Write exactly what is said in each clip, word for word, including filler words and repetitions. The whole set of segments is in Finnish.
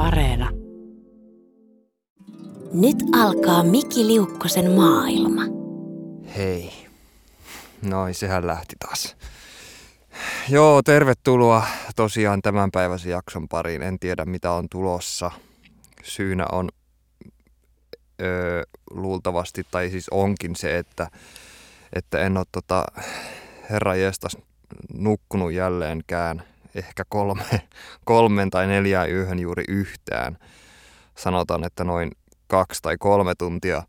Areena. Nyt alkaa Miki Liukkosen maailma. Hei. Noin, sehän lähti taas. Joo, tervetuloa tosiaan tämänpäiväisen jakson pariin. En tiedä mitä on tulossa. Syynä on öö, luultavasti, tai siis onkin se, että, että en ole tota, herra jestas nukkunut jälleenkään ehkä kolme, kolmen tai neljään yöhön juuri yhtään. Sanotaan, että noin kaksi tai kolme tuntia,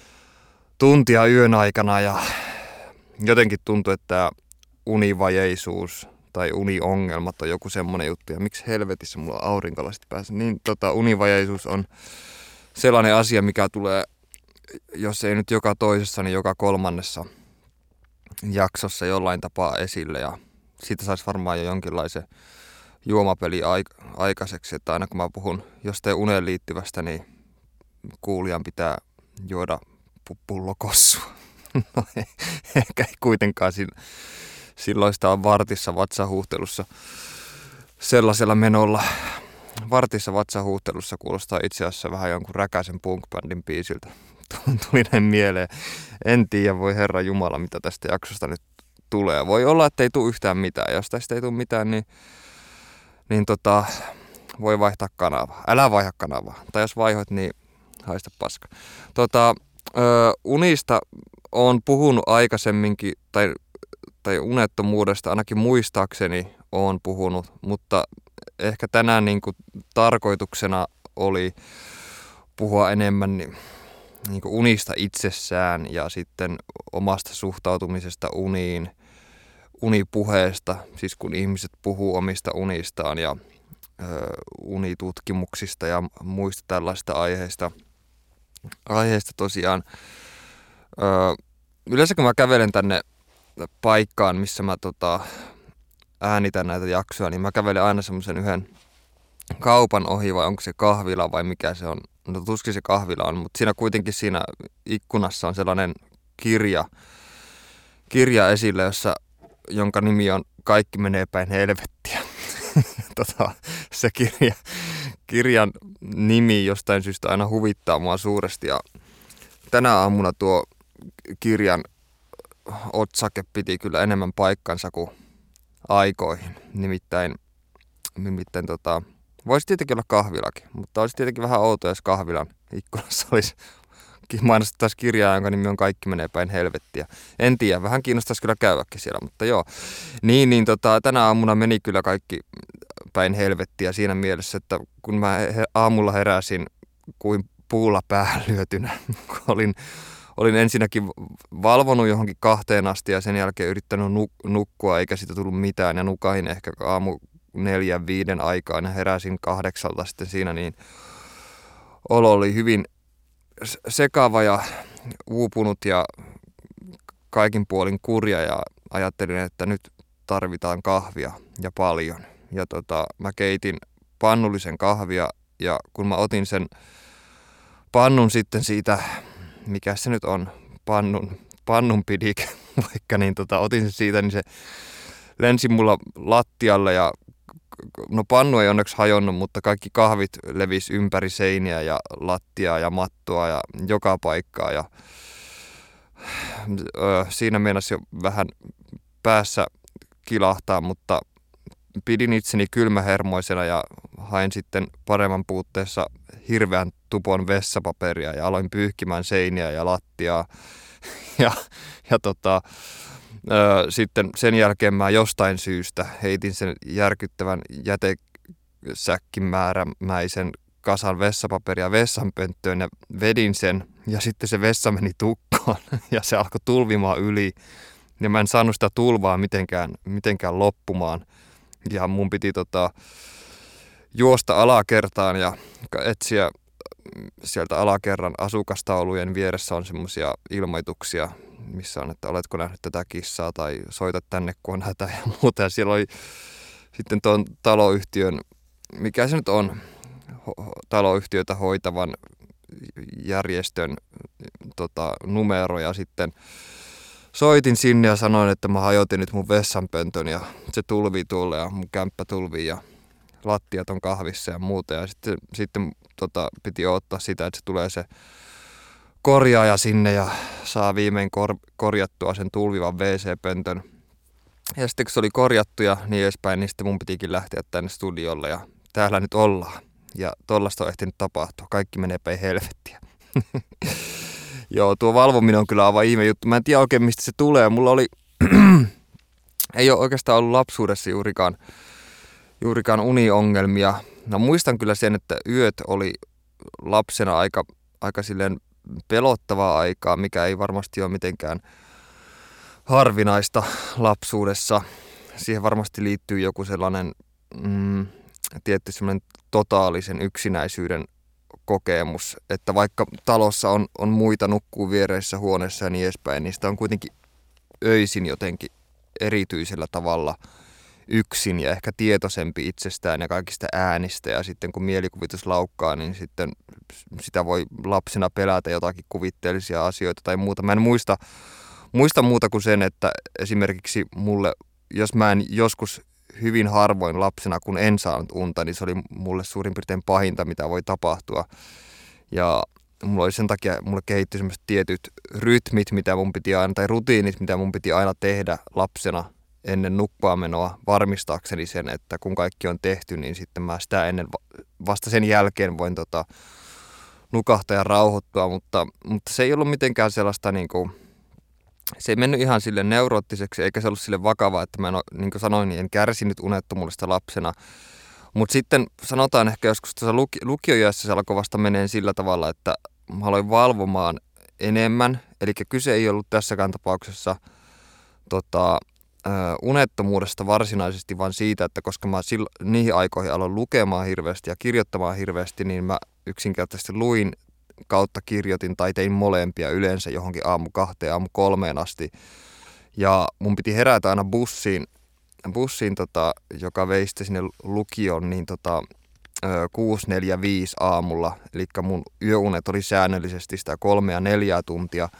tuntia yön aikana ja jotenkin tuntuu, että univajeisuus tai uniongelmat on joku semmoinen juttu. Ja miksi helvetissä mulla on aurinkolasit päässä? Niin tota, univajeisuus on sellainen asia, mikä tulee, jos ei nyt joka toisessa, niin joka kolmannessa jaksossa jollain tapaa esille. Ja siitä saisi varmaan jo jonkinlaisen juomapeli aikaiseksi, että aina kun mä puhun jostain uneen liittyvästä, niin kuulijan pitää juoda pullo kossua. No ehkä ei kuitenkaan silloin sitä on vartissa vatsahuhtelussa sellaisella menolla. Vartissa vatsahuhtelussa kuulostaa itse asiassa vähän jonkun räkäisen punk-bändin biisiltä. Tuli näin mieleen. En tiedä, voi herra jumala, mitä tästä jaksosta nyt tulee. Voi olla, että ei tule yhtään mitään. Jos tästä ei tule mitään, niin, niin tota, voi vaihtaa kanavaa. Älä vaihda kanavaa. Tai jos vaihoit, niin haista paska. Tota, ö, unista olen puhunut aikaisemminkin, tai, tai unettomuudesta ainakin muistaakseni olen puhunut, mutta ehkä tänään niin kuin tarkoituksena oli puhua enemmän niin, niin kuin unista itsessään ja sitten omasta suhtautumisesta uniin, unipuheesta, siis kun ihmiset puhuu omista unistaan ja ö, unitutkimuksista ja muista tällaista aiheista, aiheista tosiaan. Ö, yleensä kun mä kävelen tänne paikkaan, missä mä tota, äänitän näitä jaksoja, niin mä kävelen aina semmoisen yhden kaupan ohi, vai onko se kahvila vai mikä se on. No tuskin se kahvila on, mutta siinä kuitenkin siinä ikkunassa on sellainen kirja, kirja esillä, jossa, jonka nimi on Kaikki menee päin helvettiä. tota, se kirja, kirjan nimi jostain syystä aina huvittaa mua suuresti ja tänä aamuna tuo kirjan otsake piti kyllä enemmän paikkansa kuin aikoihin. Nimittäin, nimittäin tota, voisi tietenkin olla kahvilakin, mutta olisi tietenkin vähän outoa, jos kahvilan ikkunassa olisi mainostettaisiin kirjaa, jonka nimi on Kaikki menee päin helvettiä. En tiedä, vähän kiinnostaisi kyllä käydäkin siellä, mutta joo. Niin, niin tota, tänä aamuna meni kyllä kaikki päin helvettiä siinä mielessä, että kun mä he, aamulla heräsin kuin puulla päähän lyötynä, kun olin, olin ensinnäkin valvonut johonkin kahteen asti ja sen jälkeen yrittänyt nuk- nukkua, eikä siitä tullut mitään ja nukahin ehkä aamu neljän, viiden aikaan ja heräsin kahdeksalta sitten siinä, niin olo oli hyvin sekava ja uupunut ja kaikin puolin kurja ja ajattelin, että nyt tarvitaan kahvia ja paljon. Ja tota, mä keitin pannullisen kahvia ja kun mä otin sen pannun sitten siitä, mikä se nyt on, pannun, pannun pidik, vaikka niin tota, otin sen siitä, niin se lensi mulla lattialle ja no pannu ei onneksi hajonnut, mutta kaikki kahvit levisi ympäri seiniä ja lattiaa ja mattoa ja joka paikkaa. Ja, ö, siinä meinasi jo vähän päässä kilahtaa, mutta pidin itseni kylmähermoisena ja hain sitten paremman puutteessa hirveän tupon vessapaperia ja aloin pyyhkimään seiniä ja lattiaa. Ja, ja tota... Öö, sitten sen jälkeen mä jostain syystä heitin sen järkyttävän jätesäkkimäärämäisen kasan vessapaperia vessanpönttöön ja vedin sen ja sitten se vessa meni tukkoon ja se alkoi tulvimaan yli ja mä en saanut sitä tulvaa mitenkään, mitenkään loppumaan ja mun piti tota, juosta alakertaan ja etsiä sieltä alakerran asukastaulujen vieressä on semmoisia ilmoituksia, missä on, että oletko nähnyt tätä kissaa tai soita tänne, kun on hätä ja muuta. Ja siellä oli sitten tuon taloyhtiön, mikä se nyt on, taloyhtiötä hoitavan järjestön tota, numero. Ja sitten soitin sinne ja sanoin, että mä hajotin nyt mun vessanpöntön ja se tulvii tuolle ja mun kämppä tulvii. Ja lattiat on kahvissa ja muuta. Ja sitten, sitten tota, piti odottaa sitä, että se tulee se korjaaja sinne ja saa viimein kor- korjattua sen tulvivan wc-pöntön. Ja sitten kun se oli korjattu ja niin edespäin, niin sitten mun pitikin lähteä tänne studiolle ja täällä nyt ollaan. Ja tollaista on ehtinyt tapahtua. Kaikki menee päin helvettiä. Joo, tuo valvominen on kyllä aivan ihme juttu. Mä en tiedä oikein, mistä se tulee. Mulla oli, ei ole oikeastaan ollut lapsuudessa juurikaan, juurikaan uniongelmia. No muistan kyllä sen, että yöt oli lapsena aika, aika silleen pelottavaa aikaa, mikä ei varmasti ole mitenkään harvinaista lapsuudessa. Siihen varmasti liittyy joku sellainen, mm, tietty sellainen totaalisen yksinäisyyden kokemus, että vaikka talossa on, on muita nukkuu viereissä huoneessa ja niin edespäin, niin sitä on kuitenkin öisin jotenkin erityisellä tavalla yksin ja ehkä tietoisempi itsestään ja kaikista äänistä. Ja sitten kun mielikuvitus laukkaa, niin sitten sitä voi lapsena pelätä jotakin kuvitteellisia asioita tai muuta. Mä en muista, muista muuta kuin sen, että esimerkiksi mulle, jos mä en joskus hyvin harvoin lapsena, kun en saanut unta, niin se oli mulle suurin piirtein pahinta, mitä voi tapahtua. Ja mulla oli sen takia, mulle kehittyi sellaiset tietyt rytmit, mitä mun piti aina, tai rutiinit, mitä mun piti aina tehdä lapsena ennen nukkuamenoa varmistaakseni sen, että kun kaikki on tehty, niin sitten mä sitä ennen, vasta sen jälkeen voin tota, nukahtaa ja rauhoittua, mutta, mutta se ei ollut mitenkään sellaista niinku, se ei mennyt ihan sille neuroottiseksi, eikä se ollut sille vakavaa, että mä en ole, niin kuin sanoin, niin en kärsinyt unettomuudesta lapsena. Mutta sitten sanotaan ehkä joskus tuossa luki, lukioiässä se alkoi vasta meneen sillä tavalla, että mä aloin valvomaan enemmän. Eli kyse ei ollut tässäkään tapauksessa tota, ö, unettomuudesta varsinaisesti, vaan siitä, että koska mä sillo, niihin aikoihin aloin lukemaan hirveästi ja kirjoittamaan hirveästi, niin mä yksinkertaisesti luin kautta kirjoitin tai tein molempia yleensä johonkin aamu kahteen, aamu kolmeen asti. Ja mun piti herätä aina bussiin, bussiin tota, joka vei sitten sinne lukioon, niin tota, kuusi neljä viisi aamulla. Eli mun yöunet oli säännöllisesti sitä kolmea ja neljää tuntia.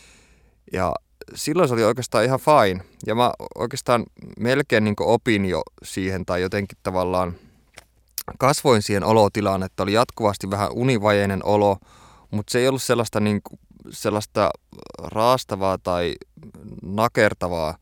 Ja silloin se oli oikeastaan ihan fine. Ja mä oikeastaan melkein niin kuin opin jo siihen tai jotenkin tavallaan kasvoin siihen olotilaan, että oli jatkuvasti vähän univajeinen olo, mutta se ei ollut sellaista, niin kuin, sellaista raastavaa tai nakertavaa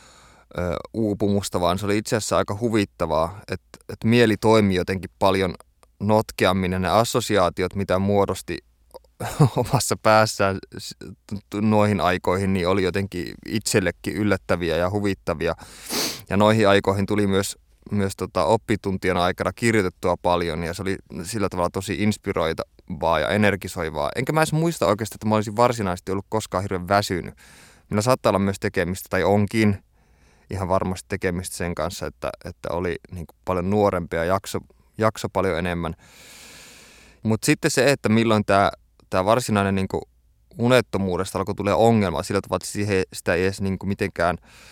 ö, uupumusta, vaan se oli itse asiassa aika huvittavaa, että et mieli toimi jotenkin paljon notkeammin ja ne assosiaatiot, mitä muodosti omassa päässään noihin aikoihin, niin oli jotenkin itsellekin yllättäviä ja huvittavia. Ja noihin aikoihin tuli myös myös tota oppituntien aikana kirjoitettua paljon ja se oli sillä tavalla tosi inspiroivaa ja energisoivaa. Enkä mä edes muista oikeastaan, että mä olisin varsinaisesti ollut koskaan hirveän väsynyt. Minulla saattaa olla myös tekemistä, tai onkin ihan varmasti tekemistä sen kanssa, että, että oli niin kuin paljon nuorempi ja jakso, jakso paljon enemmän. Mutta sitten se, että milloin tämä tää varsinainen niin kuin unettomuudesta alkoi tulee ongelma sillä tavalla, että siihen, sitä ei edes niin kuin mitenkään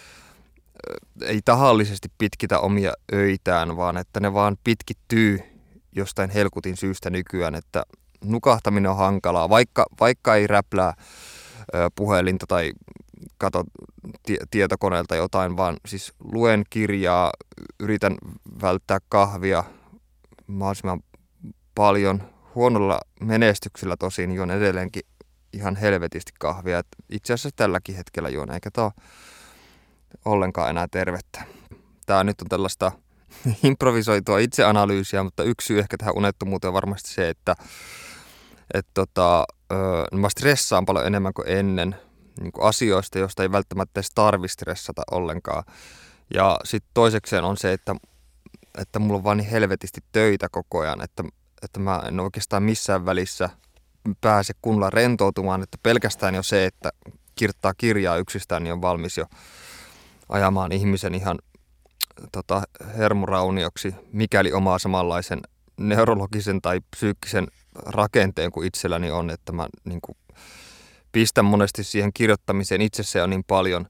ei tahallisesti pitkitä omia öitään, vaan että ne vaan pitkittyy jostain helkutin syystä nykyään, että nukahtaminen on hankalaa, vaikka, vaikka ei räplää ö, puhelinta tai katso tie- tietokoneelta jotain, vaan siis luen kirjaa, yritän välttää kahvia mahdollisimman paljon, huonolla menestyksellä tosin juon edelleenkin ihan helvetisti kahvia, et itse asiassa tälläkin hetkellä juon, eikä tämä ollenkaan enää tervettä. Tämä nyt on tällaista improvisoitua itseanalyysiä, mutta yksi syy ehkä tähän unettomuuteen on varmasti se, että et tota, ö, mä stressaan paljon enemmän kuin ennen niin kuin asioista, joista ei välttämättä edes tarvitse stressata ollenkaan. Ja sitten toisekseen on se, että, että mulla on vaan niin helvetisti töitä koko ajan, että, että mä en oikeastaan missään välissä pääse kunnolla rentoutumaan, että pelkästään jo se, että kirjoittaa kirjaa yksistään, niin on valmis jo ajamaan ihmisen ihan tota, hermoraunioksi, mikäli omaa samanlaisen neurologisen tai psyykkisen rakenteen kuin itselläni on, että mä niin kuin, pistän monesti siihen kirjoittamiseen itsessä on niin paljon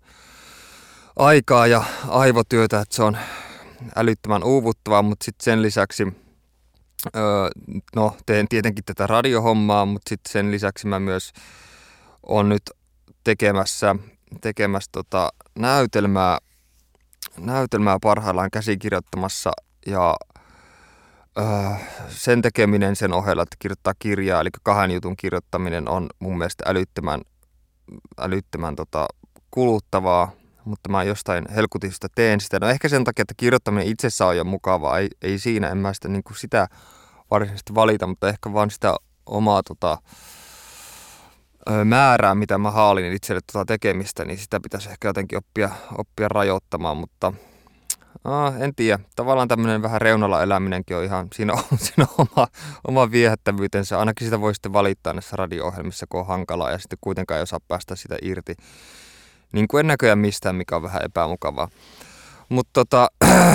aikaa ja aivotyötä, että se on älyttömän uuvuttavaa, mutta sitten sen lisäksi öö, no, teen tietenkin tätä radiohommaa, mutta sitten sen lisäksi mä myös oon nyt tekemässä tekemässä tota näytelmää, näytelmää parhaillaan käsikirjoittamassa ja äh, sen tekeminen sen ohella, että kirjoittaa kirjaa, eli kahden jutun kirjoittaminen on mun mielestä älyttömän, älyttömän tota, kuluttavaa, mutta mä jostain helkutista teen sitä. No ehkä sen takia, että kirjoittaminen itsessään on jo mukavaa, ei, ei siinä, en mä sitä, niin kuin sitä varsinaisesti valita, mutta ehkä vaan sitä omaa tota, määrää, mitä mä haalin itselle tota tekemistä, niin sitä pitäisi ehkä jotenkin oppia, oppia rajoittamaan, mutta ah, en tiedä. Tavallaan tämmöinen vähän reunalla eläminenkin on ihan, siinä on, siinä on oma, oma viehättävyytensä. Ainakin sitä voi sitten valittaa näissä radio-ohjelmissa, kun on hankalaa ja sitten kuitenkaan ei osaa päästä sitä irti. Niin kuin en näköjään mistään, mikä on vähän epämukavaa. Mutta tota,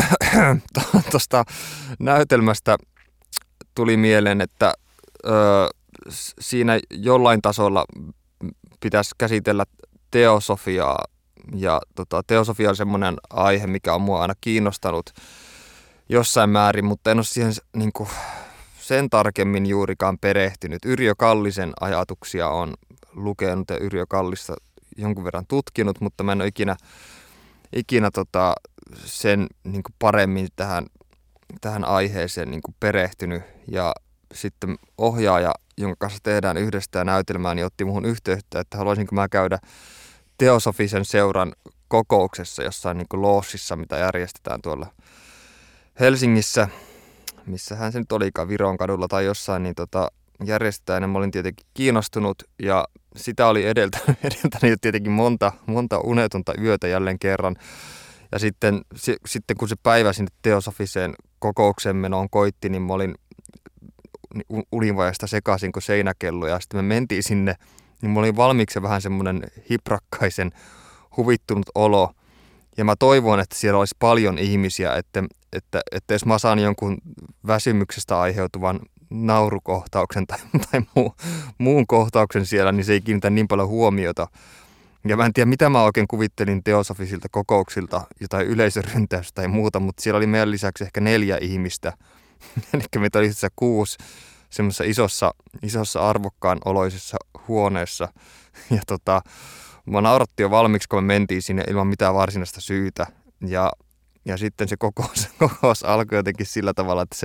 tuosta näytelmästä tuli mieleen, että ö, siinä jollain tasolla pitäisi käsitellä teosofiaa. Ja tota, teosofia on semmoinen aihe, mikä on mua aina kiinnostanut jossain määrin, mutta en ole siihen niin kuin, sen tarkemmin juurikaan perehtynyt. Yrjö Kallisen ajatuksia on lukenut ja Yrjö Kallista jonkun verran tutkinut, mutta mä en ole ikinä, ikinä tota, sen niin kuin paremmin tähän, tähän aiheeseen niin kuin perehtynyt. Ja sitten ohjaaja, jonka kanssa tehdään yhdessä näytelmää, niin otti muhun yhteyttä, että haluaisinko mä käydä teosofisen seuran kokouksessa jossain niin kuin loossissa, mitä järjestetään tuolla Helsingissä, missähän se nyt olikaan, Viron kadulla tai jossain, niin tota, järjestetään. Ja mä olin tietenkin kiinnostunut ja sitä oli edeltänyt, edeltänyt tietenkin monta, monta unetonta yötä jälleen kerran. Ja sitten, se, sitten kun se päivä sinne teosofiseen kokoukseen menoon koitti, niin mä olin uninvajasta sekaisin kuin seinäkello ja sitten me mentiin sinne. Niin mulla oli valmiiksi vähän semmoinen hiprakkaisen huvittunut olo. Ja mä toivon, että siellä olisi paljon ihmisiä, että, että, että jos mä saan jonkun väsymyksestä aiheutuvan naurukohtauksen tai, tai muu, muun kohtauksen siellä, niin se ei kiinnitä niin paljon huomiota. Ja mä en tiedä, mitä mä oikein kuvittelin teosofisilta kokouksilta, jotain yleisöryntäystä tai muuta, mutta siellä oli meidän lisäksi ehkä neljä ihmistä. Eli meitä oli itse kuusi semmoisessa isossa, isossa arvokkaan oloisessa huoneessa. Ja tota, mä nauratti jo valmiiksi, kun me mentiin sinne ilman mitään varsinaista syytä. Ja, ja sitten se kokous, kokous alkoi jotenkin sillä tavalla, että se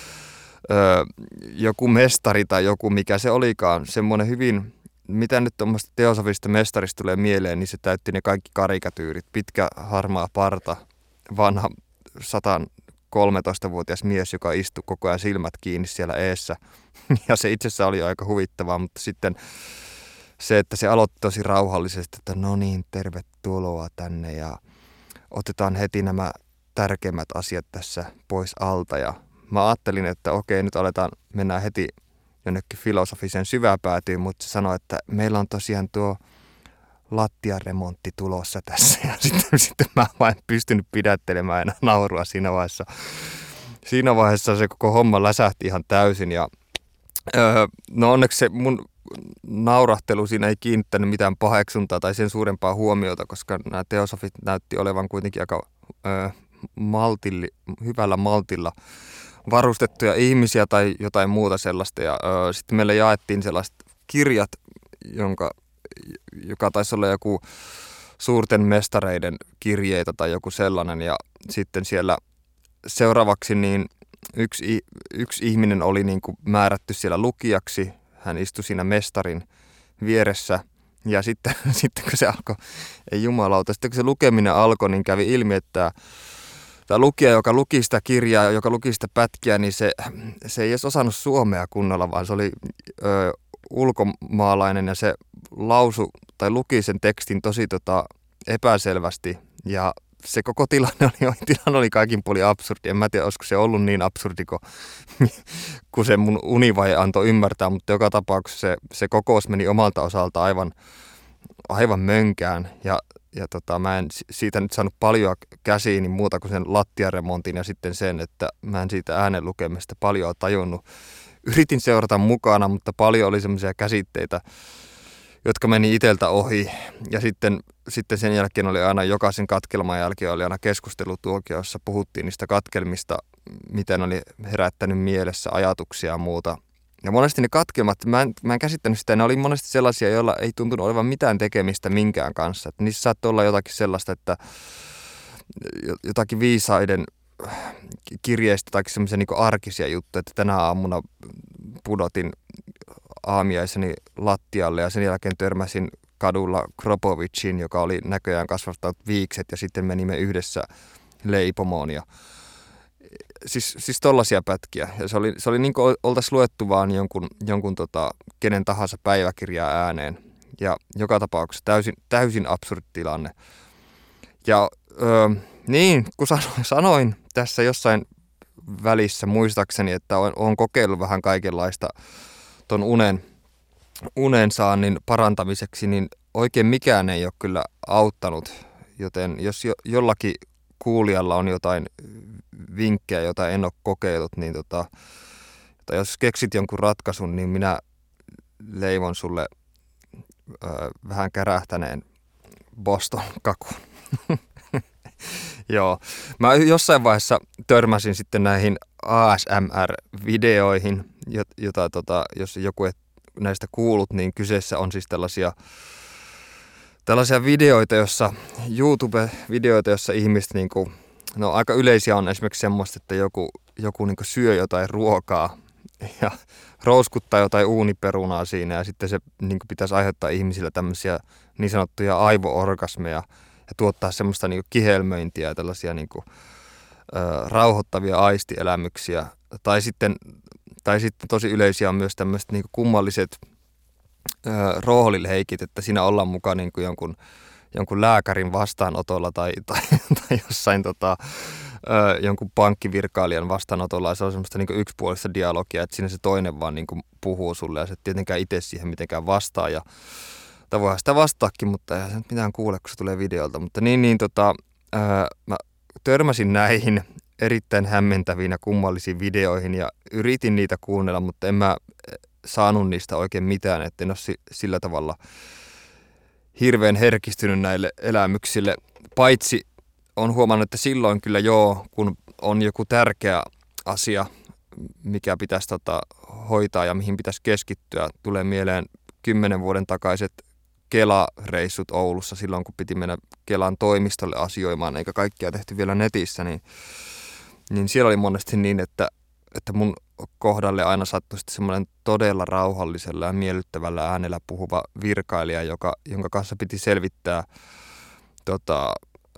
ö, joku mestari tai joku, mikä se olikaan, semmoinen hyvin, mitä nyt tuommoista teosofista mestarista tulee mieleen, niin se täytti ne kaikki karikatyyrit. Pitkä harmaa parta, vanha satan kolmetoistavuotias mies, joka istui koko ajan silmät kiinni siellä eessä. Ja se itsessään oli aika huvittavaa, mutta sitten se, että se aloitti tosi rauhallisesti, että no niin, tervetuloa tänne ja otetaan heti nämä tärkeimmät asiat tässä pois alta. Ja mä ajattelin, että okei, nyt aletaan, mennään heti jonnekin filosofisen syväpäätyyn, mutta se sanoi, että meillä on tosiaan tuo lattiaremontti tulossa tässä. Ja sitten, sitten mä vain pystynyt pidättelemään enää naurua siinä vaiheessa. Siinä vaiheessa se koko homma läsähti ihan täysin. Ja, öö, no onneksi se mun naurahtelu siinä ei kiinnittänyt mitään paheksuntaa tai sen suurempaa huomiota, koska nämä teosofit näytti olevan kuitenkin aika öö, maltilli, hyvällä maltilla varustettuja ihmisiä tai jotain muuta sellaista. Ja öö, sitten meille jaettiin sellaiset kirjat, jonka joka taisi olla joku suurten mestareiden kirjeitä tai joku sellainen. Ja sitten siellä seuraavaksi niin yksi, yksi ihminen oli niin kuin määrätty siellä lukijaksi. Hän istui siinä mestarin vieressä. Ja sitten, sitten kun se alkoi, ei jumalauta, sitten kun se lukeminen alkoi, niin kävi ilmi, että tämä lukija, joka luki sitä kirjaa, joka luki sitä pätkiä, niin se, se ei edes osannut suomea kunnolla, vaan se oli ö, ulkomaalainen ja se lausu tai luki sen tekstin tosi tota, epäselvästi ja se koko tilanne oli, tilanne oli kaikin puolin absurdi. En mä tiedä, olisiko se ollut niin absurdi, kun, kun se mun univaihe antoi ymmärtää, mutta joka tapauksessa se, se kokous meni omalta osalta aivan, aivan mönkään ja, ja tota, mä en siitä nyt saanut paljon käsiin niin muuta kuin sen lattiaremontin ja sitten sen, että mä en siitä äänen lukemista paljon tajunnut. Yritin seurata mukana, mutta paljon oli semmoisia käsitteitä, jotka meni itseltä ohi. Ja sitten, sitten sen jälkeen oli aina, jokaisen katkelman jälkeen oli aina keskustelutuokio, jossa puhuttiin niistä katkelmista, miten oli herättänyt mielessä ajatuksia ja muuta. Ja monesti ne katkelmat, mä en, mä en käsittänyt sitä, ne oli monesti sellaisia, joilla ei tuntunut olevan mitään tekemistä minkään kanssa. Että niissä saattoi olla jotakin sellaista, että jotakin viisaiden kirjeistä tai semmoisia niin arkisia juttuja, että tänä aamuna pudotin aamiaiseni lattialle ja sen jälkeen törmäsin kadulla Kropovicin, joka oli näköjään kasvattanut viikset ja sitten menimme yhdessä leipomoon. Ja siis, siis tollaisia pätkiä. Ja se oli, se oli niin kuin oltaisiin luettu vaan jonkun, jonkun tota, kenen tahansa päiväkirjaa ääneen. Ja joka tapauksessa täysin, täysin absurdi tilanne. Ja öö, niin, kun sanoin, sanoin tässä jossain välissä muistaakseni, että olen, olen kokeillut vähän kaikenlaista ton unen, unen saannin parantamiseksi, niin oikein mikään ei ole kyllä auttanut. Joten jos jo, jollakin kuulijalla on jotain vinkkejä, jota en ole kokeillut, niin tota, tai jos keksit jonkun ratkaisun, niin minä leivon sulle ö, vähän kärähtäneen Boston kakun. Joo. Mä jossain vaiheessa törmäsin sitten näihin A S M R-videoihin, jota tota, jos joku et näistä kuullut, niin kyseessä on siis tällaisia Tällaisia videoita, jossa, YouTube-videoita, jossa ihmiset, niin kuin, no aika yleisiä on esimerkiksi semmoista, että joku, joku niin kuin syö jotain ruokaa ja rouskuttaa jotain uuniperunaa siinä ja sitten se niin kuin pitäisi aiheuttaa ihmisillä tämmöisiä niin sanottuja aivo-orgasmeja ja tuottaa semmoista niin kuin kihelmöintiä ja tällaisia niin kuin, ö, rauhoittavia aistielämyksiä. Tai sitten, tai sitten tosi yleisiä on myös tämmöiset niin kuin kummalliset roolileikit, että siinä ollaan mukaan niin kuin jonkun, jonkun lääkärin vastaanotolla tai, tai, tai jossain tota, ö, jonkun pankkivirkailijan vastaanotolla. Ja se on semmoista niin kuin yksipuolista dialogia, että siinä se toinen vaan niin kuin puhuu sulle ja se tietenkään itse siihen mitenkään vastaa. Ja, tai voihan sitä vastaakin, mutta eihän se nyt mitään kuule, kun se tulee videolta. Mutta niin, niin tota, ö, mä törmäsin näihin erittäin hämmentäviin ja kummallisiin videoihin ja yritin niitä kuunnella, mutta en mä saanut niistä oikein mitään, että en ole sillä tavalla hirveän herkistynyt näille elämyksille. Paitsi on huomannut, että silloin kyllä joo, kun on joku tärkeä asia, mikä pitäisi tota, hoitaa ja mihin pitäisi keskittyä. Tulee mieleen kymmenen vuoden takaiset Kela-reissut Oulussa silloin, kun piti mennä Kelan toimistolle asioimaan, eikä kaikkia tehty vielä netissä, niin, niin siellä oli monesti niin, että, että mun kohdalle aina sattui sitten semmoinen todella rauhallisella ja miellyttävällä äänellä puhuva virkailija, joka, jonka kanssa piti selvittää tota,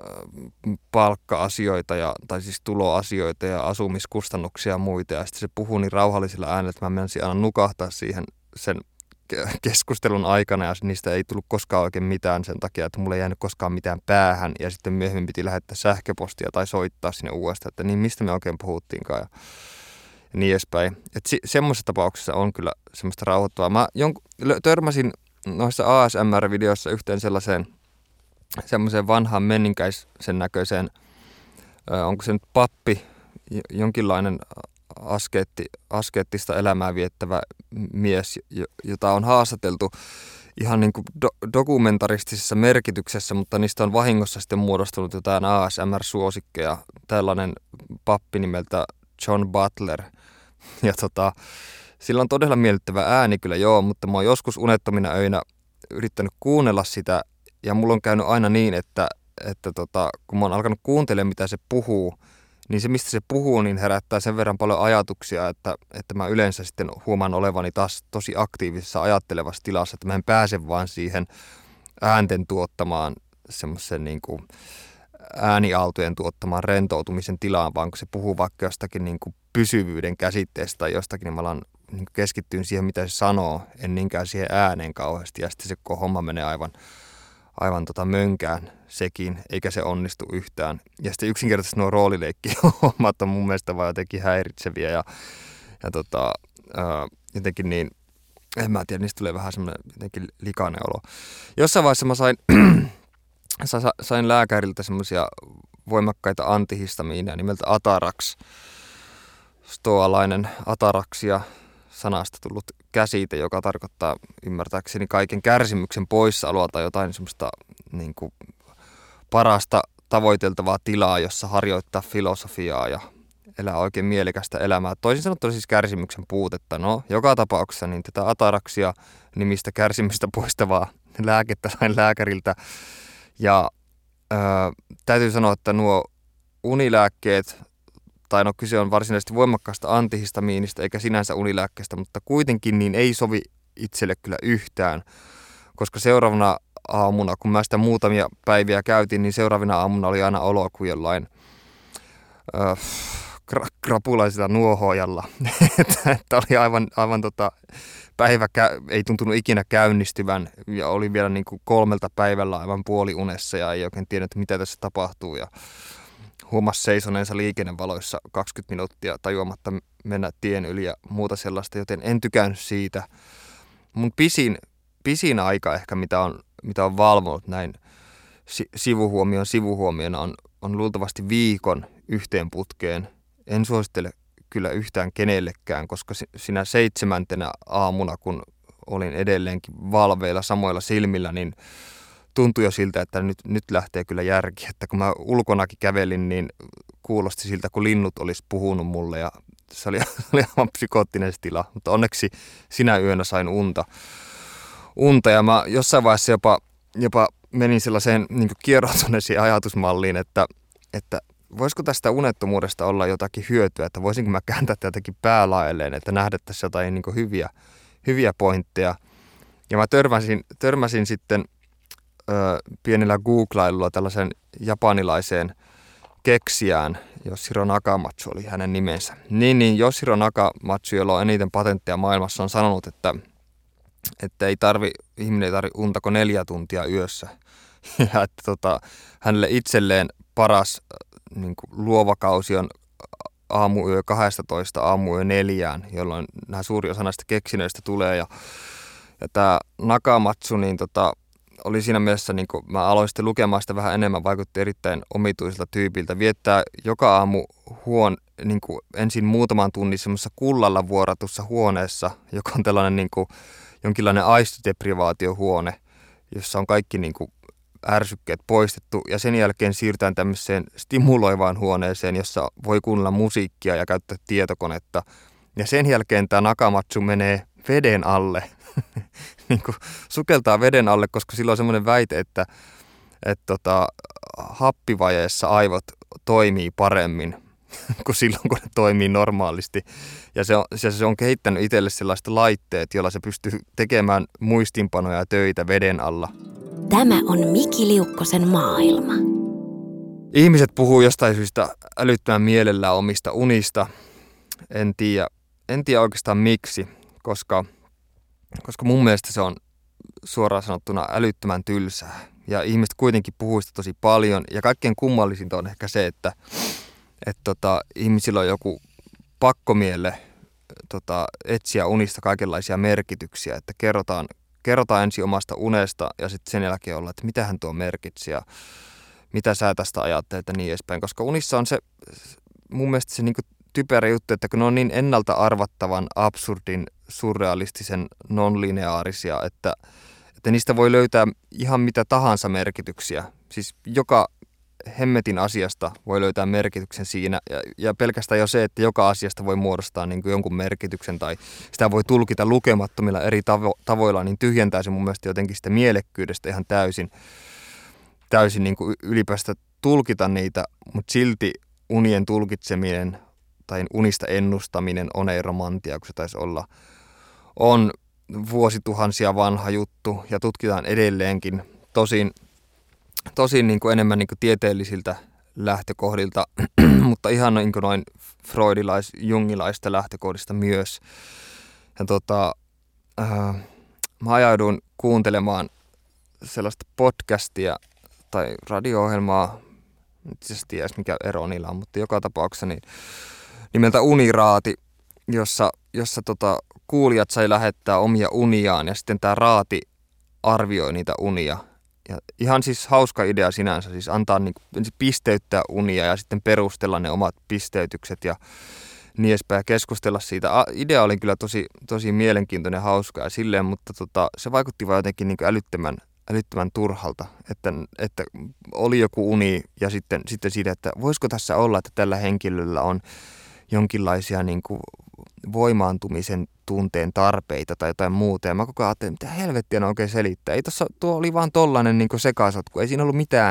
palkka-asioita ja, tai siis tuloasioita ja asumiskustannuksia ja muita. Ja sitten se puhui niin rauhallisella äänellä, että mä menisin aina nukahtaa siihen sen keskustelun aikana ja niistä ei tullut koskaan oikein mitään sen takia, että mulle ei jäänyt koskaan mitään päähän. Ja sitten myöhemmin piti lähettää sähköpostia tai soittaa sinne uudestaan, että niin mistä me oikein puhuttiinkaan. Ja Ja niin edespäin. Että si- semmoisessa tapauksessa on kyllä semmoista rauhoittavaa. Mä jonk- törmäsin noissa A S M R-videoissa yhteen sellaiseen semmoiseen vanhaan menninkäisen näköiseen, ö, onko se nyt pappi, jonkinlainen askeetti, askeettista elämää viettävä mies, jota on haastateltu ihan niin kuin do- dokumentaristisessa merkityksessä, mutta niistä on vahingossa sitten muodostunut jotain A S M R-suosikkeja. Tällainen pappi nimeltä John Butler. Ja tota, sillä on todella miellyttävä ääni kyllä joo, mutta mä oon joskus unettomina öinä yrittänyt kuunnella sitä ja mulla on käynyt aina niin, että, että tota, kun mä oon alkanut kuuntelemaan mitä se puhuu, niin se mistä se puhuu niin herättää sen verran paljon ajatuksia, että, että mä yleensä sitten huomaan olevani taas tosi aktiivisessa ajattelevassa tilassa, että mä en pääse vaan siihen äänten tuottamaan semmoisen niin kuin ääniaaltojen tuottamaan rentoutumisen tilaan, vaan kun se puhuu vaikka jostakin niin kuin pysyvyyden käsitteestä tai jostakin, niin mä alan niin keskittyyn siihen, mitä se sanoo, en niinkään siihen ääneen kauheasti. Ja sitten se koko homma menee aivan, aivan tota mönkään sekin, eikä se onnistu yhtään. Ja sitten yksinkertaisesti nuo roolileikkihommat on mun mielestä vaan jotenkin häiritseviä ja, ja tota, ää, jotenkin niin, en mä tiedä, niistä tulee vähän semmoinen jotenkin likainen olo. Jossain vaiheessa mä sain sain lääkäriltä semmoisia voimakkaita antihistamiineja nimeltä Atarax. Stoalainen ataraksia sanasta tullut käsite, joka tarkoittaa ymmärtääkseni kaiken kärsimyksen poissaoloa tai jotain semmoista niin kuin parasta tavoiteltavaa tilaa, jossa harjoittaa filosofiaa ja elää oikein mielekästä elämää. Toisin sanottuna siis kärsimyksen puutetta. No, joka tapauksessa niin tätä ataraksia nimistä kärsimystä poistavaa lääkettä sain lääkäriltä. Ja ää, täytyy sanoa, että nuo unilääkkeet tai no kyse on varsinaisesti voimakkaasta antihistamiinista eikä sinänsä unilääkkeestä, mutta kuitenkin niin ei sovi itselle kyllä yhtään, koska seuraavana aamuna, kun mä sitä muutamia päiviä käytin, niin seuraavina aamuna oli aina olo kuin jollain äh, krapulaisella nuohojalla. että, että oli aivan, aivan tota, päivä kä- ei tuntunut ikinä käynnistyvän ja oli vielä niin kuin kolmelta päivällä aivan puoliunessa ja ei oikein tiennyt, mitä tässä tapahtuu. Ja huomasi seisoneensa liikennevaloissa kaksikymmentä minuuttia tajuamatta mennä tien yli ja muuta sellaista, joten en tykännyt siitä. Mun pisin, pisin aika ehkä, mitä on, mitä on valvonut näin sivuhuomion sivuhuomiona, on, on luultavasti viikon yhteen putkeen. En suosittele kyllä yhtään kenellekään, koska sinä seitsemäntenä aamuna, kun olin edelleenkin valveilla samoilla silmillä, niin tuntui jo siltä, että nyt, nyt lähtee kyllä järki. Että kun mä ulkonakin kävelin, niin kuulosti siltä, kun linnut olisi puhunut mulle ja se oli, oli aivan psykoottinen tila. Mutta onneksi sinä yönä sain unta. unta ja mä jossain vaiheessa jopa, jopa menin sellaiseen niin kieroutuneeseen ajatusmalliin, että, että voisiko tästä unettomuudesta olla jotakin hyötyä, että voisinko mä kääntää jotenkin päälaelleen, että nähdettäisiin jotain niin hyviä, hyviä pointteja. Ja mä törmäsin, törmäsin sitten ö, pienellä googlailulla tällaisen japanilaiseen keksijään, Yoshiro Nakamatsu oli hänen nimensä. Niin, niin Yoshiro Nakamatsu, jolla on eniten patentteja maailmassa, on sanonut, että, että ei tarvi, ihminen ei tarvi unta kuin neljä tuntia yössä. Ja että tota, hänelle itselleen paras niin kuin luova kausi on aamuyö kaksitoista aamuyö neljään, jolloin nämä suuri osa näistä keksinnöistä tulee. Ja, ja tämä Nakamatsu niin tota, oli siinä mielessä, niin kun mä aloin sitten lukemaan sitä vähän enemmän, vaikutti erittäin omituisilta tyypiltä. Viettää joka aamu huon, niin kuin ensin muutaman tunnin semmoisessa kullalla vuoratussa huoneessa, joka on tällainen niin kuin jonkinlainen aistideprivaatiohuone, jossa on kaikki niin kuin ärsykkeet poistettu ja sen jälkeen siirrytään tämmöiseen stimuloivaan huoneeseen, jossa voi kuunnella musiikkia ja käyttää tietokonetta. Ja sen jälkeen tämä Nakamatsu menee veden alle, niin kuin sukeltaa veden alle, koska sillä on semmoinen väite, että, että tota, happivajeessa aivot toimii paremmin kuin silloin, kun ne toimii normaalisti. Ja se on, se on kehittänyt itselle sellaiset laitteet, joilla se pystyy tekemään muistinpanoja ja töitä veden alla. Tämä on Miki Liukkosen maailma. Ihmiset puhuu jostain syystä älyttömän mielellään omista unista. En tiedä, en tiedä oikeastaan miksi, koska, koska mun mielestä se on suoraan sanottuna älyttömän tylsää. Ja ihmiset kuitenkin puhuu sitä tosi paljon. Ja kaikkein kummallisinta on ehkä se, että, että tota, ihmisillä on joku pakkomielle tota, etsiä unista kaikenlaisia merkityksiä, että kerrotaan Kerrotaan ensin omasta unesta ja sitten sen jälkeen olla, että mitähän tuo merkitsi ja mitä sä tästä ajattelet ja niin edespäin. Koska unissa on se mun mielestä se niinku typerä juttu, että kun ne on niin ennalta arvattavan, absurdin, surrealistisen, non-lineaarisia, että, että niistä voi löytää ihan mitä tahansa merkityksiä. Siis joka hemmetin asiasta voi löytää merkityksen siinä ja, ja pelkästään jo se, että joka asiasta voi muodostaa niin kuin jonkun merkityksen tai sitä voi tulkita lukemattomilla eri tavo- tavoilla, niin tyhjentää se mun mielestä jotenkin sitä mielekkyydestä ihan täysin, täysin niin kuin ylipäästä tulkita niitä, mutta silti unien tulkitseminen tai unista ennustaminen oneiromantia, kun se taisi olla, on vuosituhansia vanha juttu ja tutkitaan edelleenkin. Tosin Tosin niin kuin enemmän niin kuin tieteellisiltä lähtökohdilta, mutta ihan niin kuin noin freudilais-jungilaista lähtökohdista myös. Ja tota, äh, mä ajauduin kuuntelemaan sellaista podcastia tai radio-ohjelmaa, nyt siis tiedä mikä ero niillä on, mutta joka tapauksessa niin nimeltä Uniraati, jossa, jossa tota, kuulijat sai lähettää omia uniaan ja sitten tämä raati arvioi niitä unia. Ja ihan siis hauska idea sinänsä, siis antaa niin kuin, pisteyttää unia ja sitten perustella ne omat pisteytykset ja niin edespäin ja keskustella siitä. Idea oli kyllä tosi, tosi mielenkiintoinen ja hauska ja silleen, mutta tota, se vaikutti vaan jotenkin niin kuin älyttömän, älyttömän turhalta, että, että oli joku uni ja sitten, sitten siitä, että voisiko tässä olla, että tällä henkilöllä on jonkinlaisia niin kuin voimaantumisen tunteen tarpeita tai jotain muuta. Ja mä koko ajan ajattelin, mitä helvettiä ne oikein selittää. Ei tossa, tuo oli vaan tollainen niin kuin sekasotku. Ei siinä ollut mitään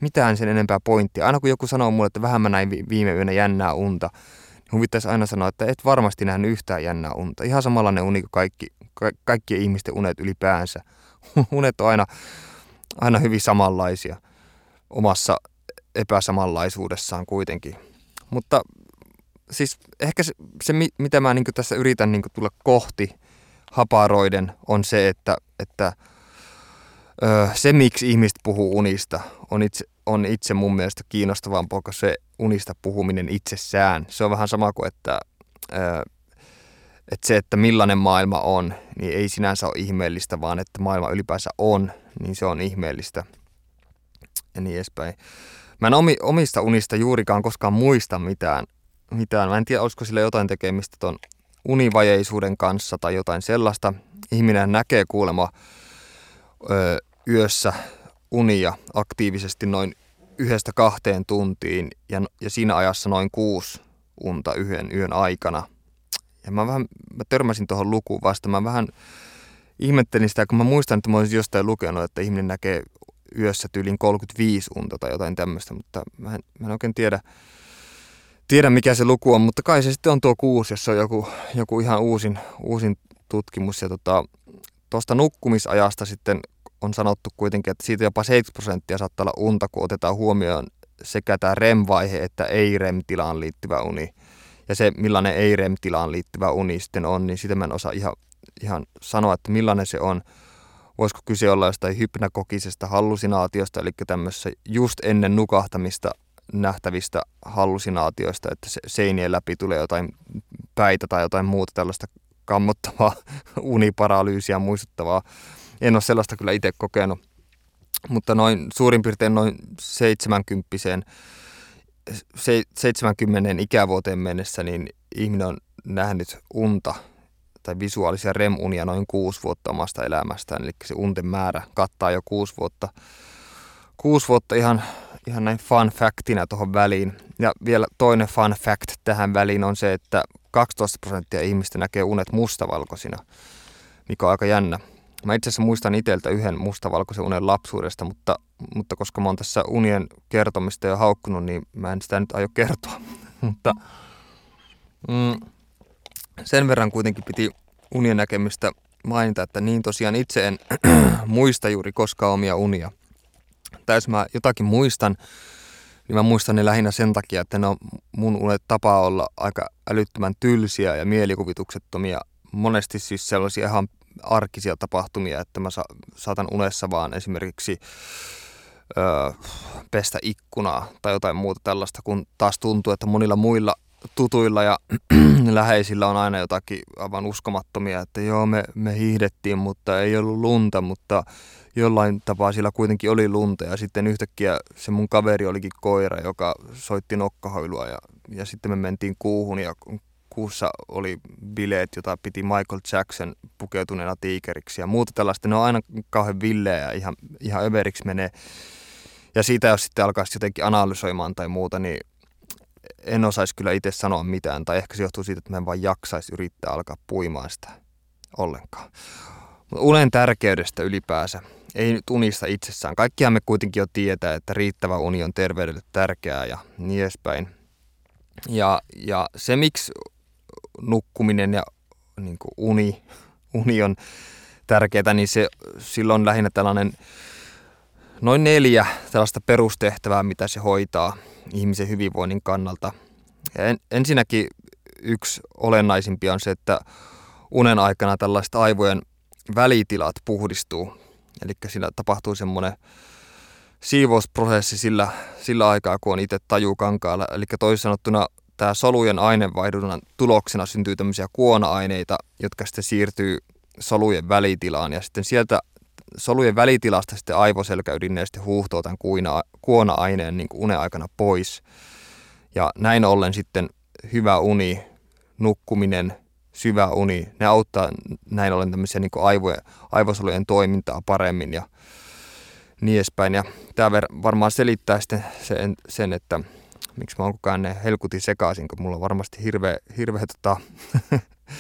mitään sen enempää pointtia. Aina kun joku sanoo mulle, että vähän mä näin viime yönä jännää unta, niin huvittaisi aina sanoa, että et varmasti nähnyt yhtään jännää unta. Ihan samanlainen uni kuin kaikki, ka- kaikkien ihmisten unet ylipäänsä. Unet on aina, aina hyvin samanlaisia omassa epäsamanlaisuudessaan kuitenkin. Mutta siis ehkä se, se mitä mä niin tässä yritän niin tulla kohti haparoiden, on se, että, että öö, se, miksi ihmiset puhuu unista, on itse, on itse mun mielestä kiinnostavampaa kuin se unista puhuminen itsessään. Se on vähän sama kuin, että, öö, että se, että millainen maailma on, niin ei sinänsä ole ihmeellistä, vaan että maailma ylipäänsä on, niin se on ihmeellistä ja niin edespäin. Mä en omi, omista unista juurikaan koskaan muista mitään. mitään. Mä en tiedä, olisiko sillä jotain tekemistä ton univajeisuuden kanssa tai jotain sellaista. Ihminen näkee kuulemma ö, yössä unia aktiivisesti noin yhdestä kahteen tuntiin ja, ja siinä ajassa noin kuusi unta yhden yön aikana. Ja mä vähän mä törmäsin tuohon lukuun vasta. Mä vähän ihmettelin sitä, kun mä muistan, että mä olisin jostain lukenut, että ihminen näkee yössä tyylin kolmekymmentäviisi unta tai jotain tämmöistä, mutta mä en, mä en oikein tiedä, tiedä, mikä se luku on, mutta kai se sitten on tuo kuusi, jos se on joku, joku ihan uusin, uusin tutkimus. Ja tuosta tota, nukkumisajasta sitten on sanottu kuitenkin, että siitä jopa seitsemänkymmentä prosenttia saattaa olla unta, kun otetaan huomioon sekä tämä R E M-vaihe että ei-R E M-tilaan liittyvä uni. Ja se, millainen ei-R E M-tilaan liittyvä uni sitten on, niin sitä mä en osaa ihan, ihan sanoa, että millainen se on. Voisiko kyse olla jostain hypnagogisesta hallusinaatiosta, eli tämmöisessä just ennen nukahtamista nähtävistä hallusinaatioista, että se seinien läpi tulee jotain päitä tai jotain muuta tällaista kammottavaa uniparalyysiä muistuttavaa. En ole sellaista kyllä itse kokenut, mutta noin suurin piirtein noin seitsemänkymppiseen, seitsemänkymmenen ikävuoteen mennessä niin ihminen on nähnyt unta tai visuaalisia R E M-unia noin kuusi vuotta omasta elämästään, eli se unten määrä kattaa jo kuusi vuotta. Kuusi vuotta ihan, ihan näin fun factina tuohon väliin. Ja vielä toinen fun fact tähän väliin on se, että kaksitoista prosenttia ihmistä näkee unet mustavalkoisina, mikä on aika jännä. Mä itse asiassa muistan itseltä yhden mustavalkoisen unen lapsuudesta, mutta, mutta koska mä oon tässä unien kertomista jo haukkunut, niin mä en sitä nyt aio kertoa. mutta mm, sen verran kuitenkin piti unien näkemistä mainita, että niin tosiaan itse en muista juuri koskaan omia unia. Tai jos mä jotakin muistan, niin mä muistan ne lähinnä sen takia, että ne on mun unet tapaa olla aika älyttömän tylsiä ja mielikuvituksettomia. Monesti siis sellaisia ihan arkisia tapahtumia, että mä sa- saatan unessa vaan esimerkiksi öö, pestä ikkunaa tai jotain muuta tällaista, kun taas tuntuu, että monilla muilla tutuilla ja läheisillä on aina jotakin aivan uskomattomia, että joo me, me hiihdettiin, mutta ei ollut lunta, mutta jollain tapaa sillä kuitenkin oli lunta ja sitten yhtäkkiä se mun kaveri olikin koira, joka soitti nokkahoilua ja, ja sitten me mentiin kuuhun ja kuussa oli bileet, jota piti Michael Jackson pukeutuneena tiikeriksi ja muuta tällaista. Ne on aina kauhean villeä ja ihan, ihan överiksi menee. Ja siitä jos sitten alkaisi jotenkin analysoimaan tai muuta, niin en osaisi kyllä itse sanoa mitään. Tai ehkä se johtuu siitä, että mä en vaan jaksaisi yrittää alkaa puimaan sitä ollenkaan. Mutta unen tärkeydestä ylipäänsä. Ei nyt unista itsessään. Kaikkiaan me kuitenkin jo tietää, että riittävä uni on terveydelle tärkeää ja niin edespäin. Ja, ja se, miksi nukkuminen ja niin kuin uni, uni on tärkeää, niin se, sillä on lähinnä tällainen noin neljä tällaista perustehtävää, mitä se hoitaa ihmisen hyvinvoinnin kannalta. Ja en, ensinnäkin yksi olennaisimpia on se, että unen aikana tällaiset aivojen välitilat puhdistuu. Eli siinä tapahtuu semmoinen siivousprosessi sillä, sillä aikaa, kun on itse tajukankaalla. Eli toisin sanottuna tämä solujen aineenvaihdunnan tuloksena syntyy tämmöisiä kuona-aineita, jotka sitten siirtyy solujen välitilaan. Ja sitten sieltä solujen välitilasta sitten aivoselkäydineen sitten huuhtoo tämän kuona-aineen niin kuin unen aikana pois. Ja näin ollen sitten hyvä uni, nukkuminen, syvä uni, ne auttaa näin ollen tämmöisiä niin kuin aivojen, aivosolujen toimintaa paremmin ja niin edespäin. Ja tämä varmaan selittää sitten sen, sen että miksi mä oon koko ajan ne helkutin sekaisin, kun mulla on varmasti hirveä, hirveä tota,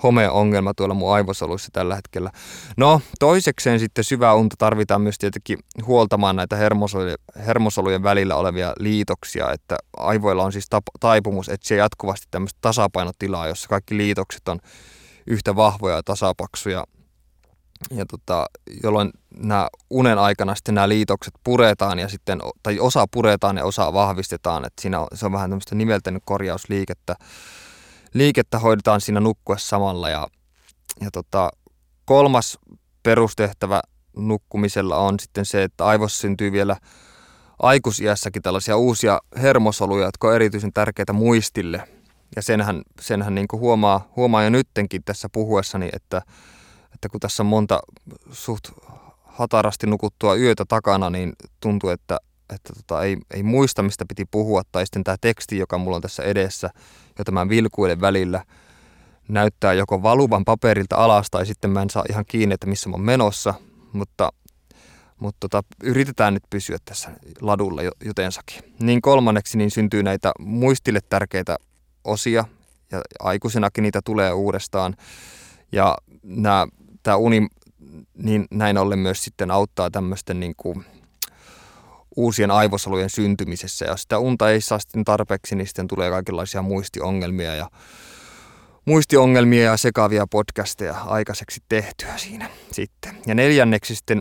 homeongelma tuolla mun aivosoluissa tällä hetkellä. No, toisekseen sitten syvää unta tarvitaan myös tietenkin huoltamaan näitä hermosolujen, hermosolujen välillä olevia liitoksia, että aivoilla on siis tap- taipumus etsiä jatkuvasti tämmöistä tasapainotilaa, jossa kaikki liitokset on yhtä vahvoja ja tasapaksuja, ja tota, jolloin nämä unen aikana sitten nämä liitokset puretaan ja sitten, tai osa puretaan ja osa vahvistetaan, että siinä on, se on vähän tämmöistä niveltänyt korjausliikettä. Liikettä hoidetaan siinä nukkuessa samalla ja, ja tota, kolmas perustehtävä nukkumisella on sitten se, että aivossa syntyy vielä aikuisiässäkin tällaisia uusia hermosoluja, jotka on erityisen tärkeitä muistille. Ja senhän, senhän niin kuin huomaa, huomaa jo nyttenkin tässä puhuessani, että, että kun tässä on monta suht hatarasti nukuttua yötä takana, niin tuntuu, että, että tota, ei, ei muista, mistä piti puhua. Tai sitten tämä teksti, joka mulla on tässä edessä, jota mä vilkuilen välillä, näyttää joko valuvan paperilta alas tai sitten mä en saa ihan kiinni, että missä mä oon menossa. Mutta, mutta tota, yritetään nyt pysyä tässä ladulla jotensakin. Niin kolmanneksi niin syntyy näitä muistille tärkeitä osia ja aikuisenakin niitä tulee uudestaan. Ja nämä, tämä uni niin näin ollen myös sitten auttaa tämmöisten niin kuin uusien aivosolujen syntymisessä. Ja jos sitä unta ei saa sitten tarpeeksi, niin sitten tulee kaikenlaisia muistiongelmia ja muistiongelmia ja sekaavia podcasteja aikaiseksi tehtyä siinä sitten. Ja neljänneksi sitten